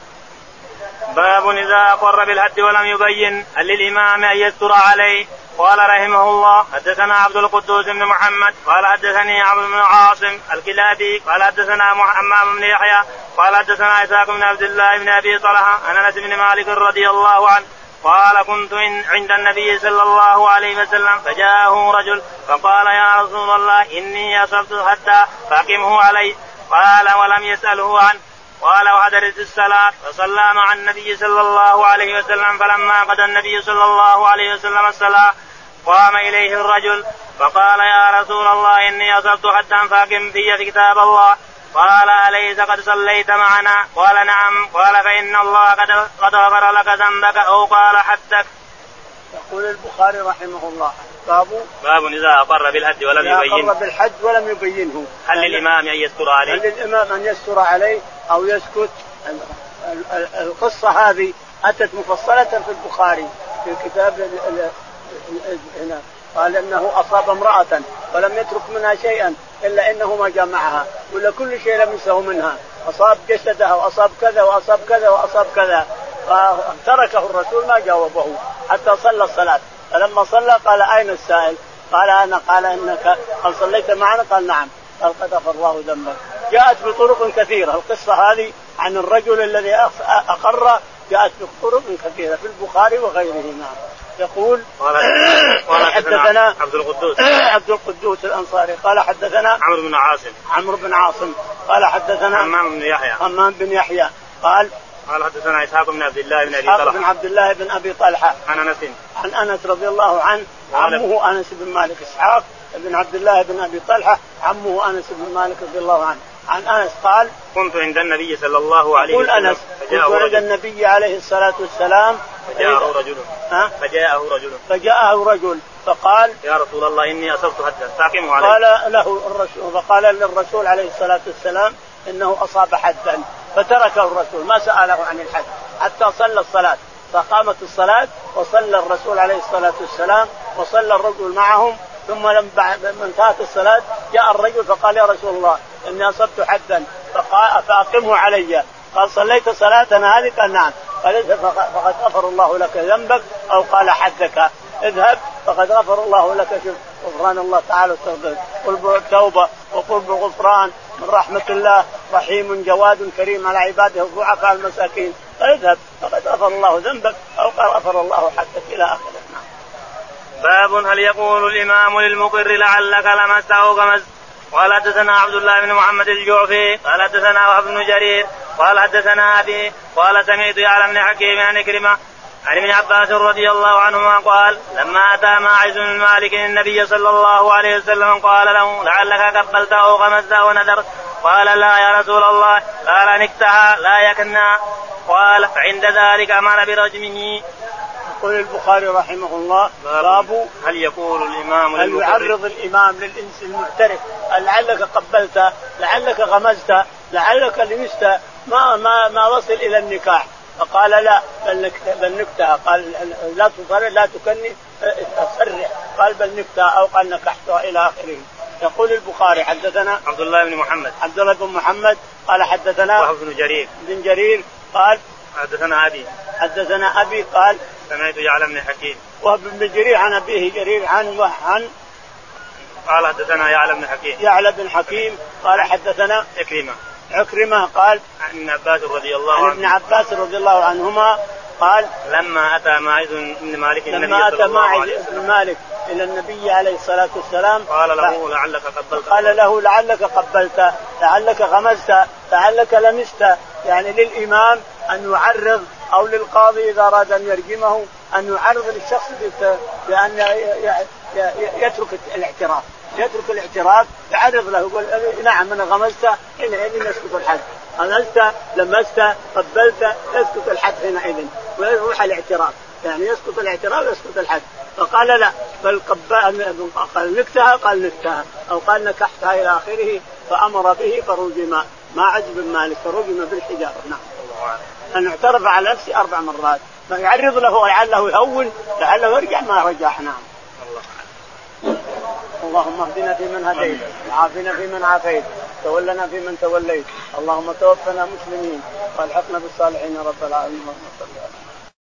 باب إذا أقر بالحد ولم يبين هل للإمام أن يستر عليه؟ قال رحمه الله حدثنا عبد القدوس بن محمد قال حدثني عمرو بن عاصم الكلابي قال حدثنا حمام بن يحيى قال حدثنا إسحاق بن عبد الله بن أبي طلحة عن أنس بن مالك رضي الله عنه قال كنت عند النبي صلى الله عليه وسلم فجاءه رجل فقال يا رسول الله إني أصبت حتى فأقمه علي. قال ولم يسأله عنه. قال وحضرت الصلاة فصلى مع النبي صلى الله عليه وسلم فلما قضى النبي صلى الله عليه وسلم الصلاة قام إليه الرجل فقال يا رسول الله إني أصبت حتى فأقم في كتاب الله. قال أليس قد صليت معنا؟ قال نعم. قال فإن الله قد غفر لك ذنبك أو قال حدك. يقول البخاري رحمه الله باب باب إذا أقر بالحد ولم يبينه أقر بالحد ولم يبينه هل للإمام أن يستر عليه؟ هل للإمام أن يستر عليه أو يسكت؟ القصة هذه أتت مفصلة في البخاري في كتاب هنا، قال إنه أصاب امرأة ولم يترك منها شيئا إلا إنه ما جمعها، ولا كل شيء لم يسه منها، أصاب جسدها وأصاب كذا وأصاب كذا وأصاب كذا، فتركه الرسول ما جاوبه حتى صلى الصلاة. فلما صلى قال أين السائل؟ قال أنا. قال إنك هل صليت معنا؟ قال نعم. قال قد غفر الله ذنبك. جاءت بطرق كثيرة القصة هذه عن الرجل الذي أقر، جاءت بطرق كثيرة في البخاري وغيره. نعم. يقول قال حدثنا عبد القدوس عبد القدوس الأنصاري قال حدثنا عمرو بن عاصم عمرو بن عاصم قال حدثنا حمام بن يحيى حمام بن يحيى قال قال حدثنا إسحاق بن عبد الله بن أبي طلحة بن عبد الله بن أبي طلحة عن أنس عن أنس رضي الله عنه عمه أنس بن مالك. إسحاق بن عبد الله بن أبي طلحة عمه أنس بن مالك رضي الله عنه. عن أنس قال كنت عند النبي صلى الله عليه وسلم أنس كنت عند النبي عليه الصلاة والسلام فجاءه رجل فجاءه رجل فجاءه رجل فقال يا رسول الله إني أصبت حدا فأقمه عليه. قال له الرسول فقال للرسول عليه الصلاة والسلام إنه أصاب حدا، فتركه الرسول ما سأله عن الحد حتى صلى الصلاة. فقامت الصلاة وصلى الرسول عليه الصلاة والسلام وصلى الرجل معهم. ثم لما انتهت الصلاة جاء الرجل فقال يا رسول الله إني أصبت حدا فأقمه علي. قال صليت صلاتنا هذه؟ قال نعم. قال فقد غفر الله لك ذنبك أو قال حدك. اذهب فقد غفر الله لك. شوف غفران الله تعالى قل التوبة وقل بالغفران من رحمة الله، رحيم جواد كريم على عباده الضعفاء المساكين. اذهب فقد غفر الله ذنبك أو قال غفر الله حدك إلى آخره. باب هل يقول الإمام للمقر لعلك لمست أو غمست؟ قال حدثنا عبد الله بن محمد الجعفي قال حدثنا وهب بن جرير قال حدثنا أبي قال سمعت يعلى بن حكيم عن كريمة عن ابن عباس رضي الله عنهما قال لما أتى ماعز بن مالك النبي صلى الله عليه وسلم قال له لعلك قبلت أو غمست أو نذرت؟ قال لا يا رسول الله. قال نكتها لا يكنا. قال فعند ذلك أمر برجمه. يقول البخاري رحمه الله باب هل يقول الإمام هل يعرض الإمام للإنس المعترف لعلك قبلت لعلك غمزت لعلك لمست ما ما ما وصل إلى النكاح؟ فقال لا بل نكتها. قال لا تصرح لا تكني أصرح. قال بل نكتها أو قال نكحتها إلى آخره. يقول البخاري حدثنا عبد الله بن محمد عبد الله بن محمد قال حدثنا وهب بن جرير بن جرير قال حدثنا أبي حدثنا أبي قال سمعت يعلى بن حكيم وهو بن جرير عن أبيه جرير عن عن قال حدثنا يعلى بن حكيم يعلى بن حكيم قال حدثنا عكرمة عكرمة قال عن ابن عباس رضي الله عنه عن ابن عباس رضي الله عنهما قال لما أتى ماعز بن مالك لما أتى ماعز بن مالك إلى النبي عليه الصلاة والسلام قال له لعلك قبلت قال له لعلك قبلت لعلك غمزت لعلك لمست، يعني للإمام أن يعرض أو للقاضي إذا أراد أن يرجمه أن يعرض للشخص بأن يترك الاعتراف يترك الاعتراف يعرض له يقول نعم أنا غمزت حينئذ يسقط الحد، غمزت لمست قبلت يسقط الحد حينئذ ويروح الاعتراف، يعني يسقط الاعتراف يسقط الحد. فقال لا بل قال نكتها قال نكتها أو قال نكحتها إلى آخره، فأمر به فرجم ماعز بن مالك فرجم بالحجارة. نعم أن اعترف على نفسه أربع مرات، ما يعرض له لعله يهون لعله يرجع ما رجع. نعم. اللهم اهدنا فيمن هديت وعافنا فيمن عافيت تولنا فيمن توليت، اللهم توفنا مسلمين والحقنا بالصالحين يا رب العالمين.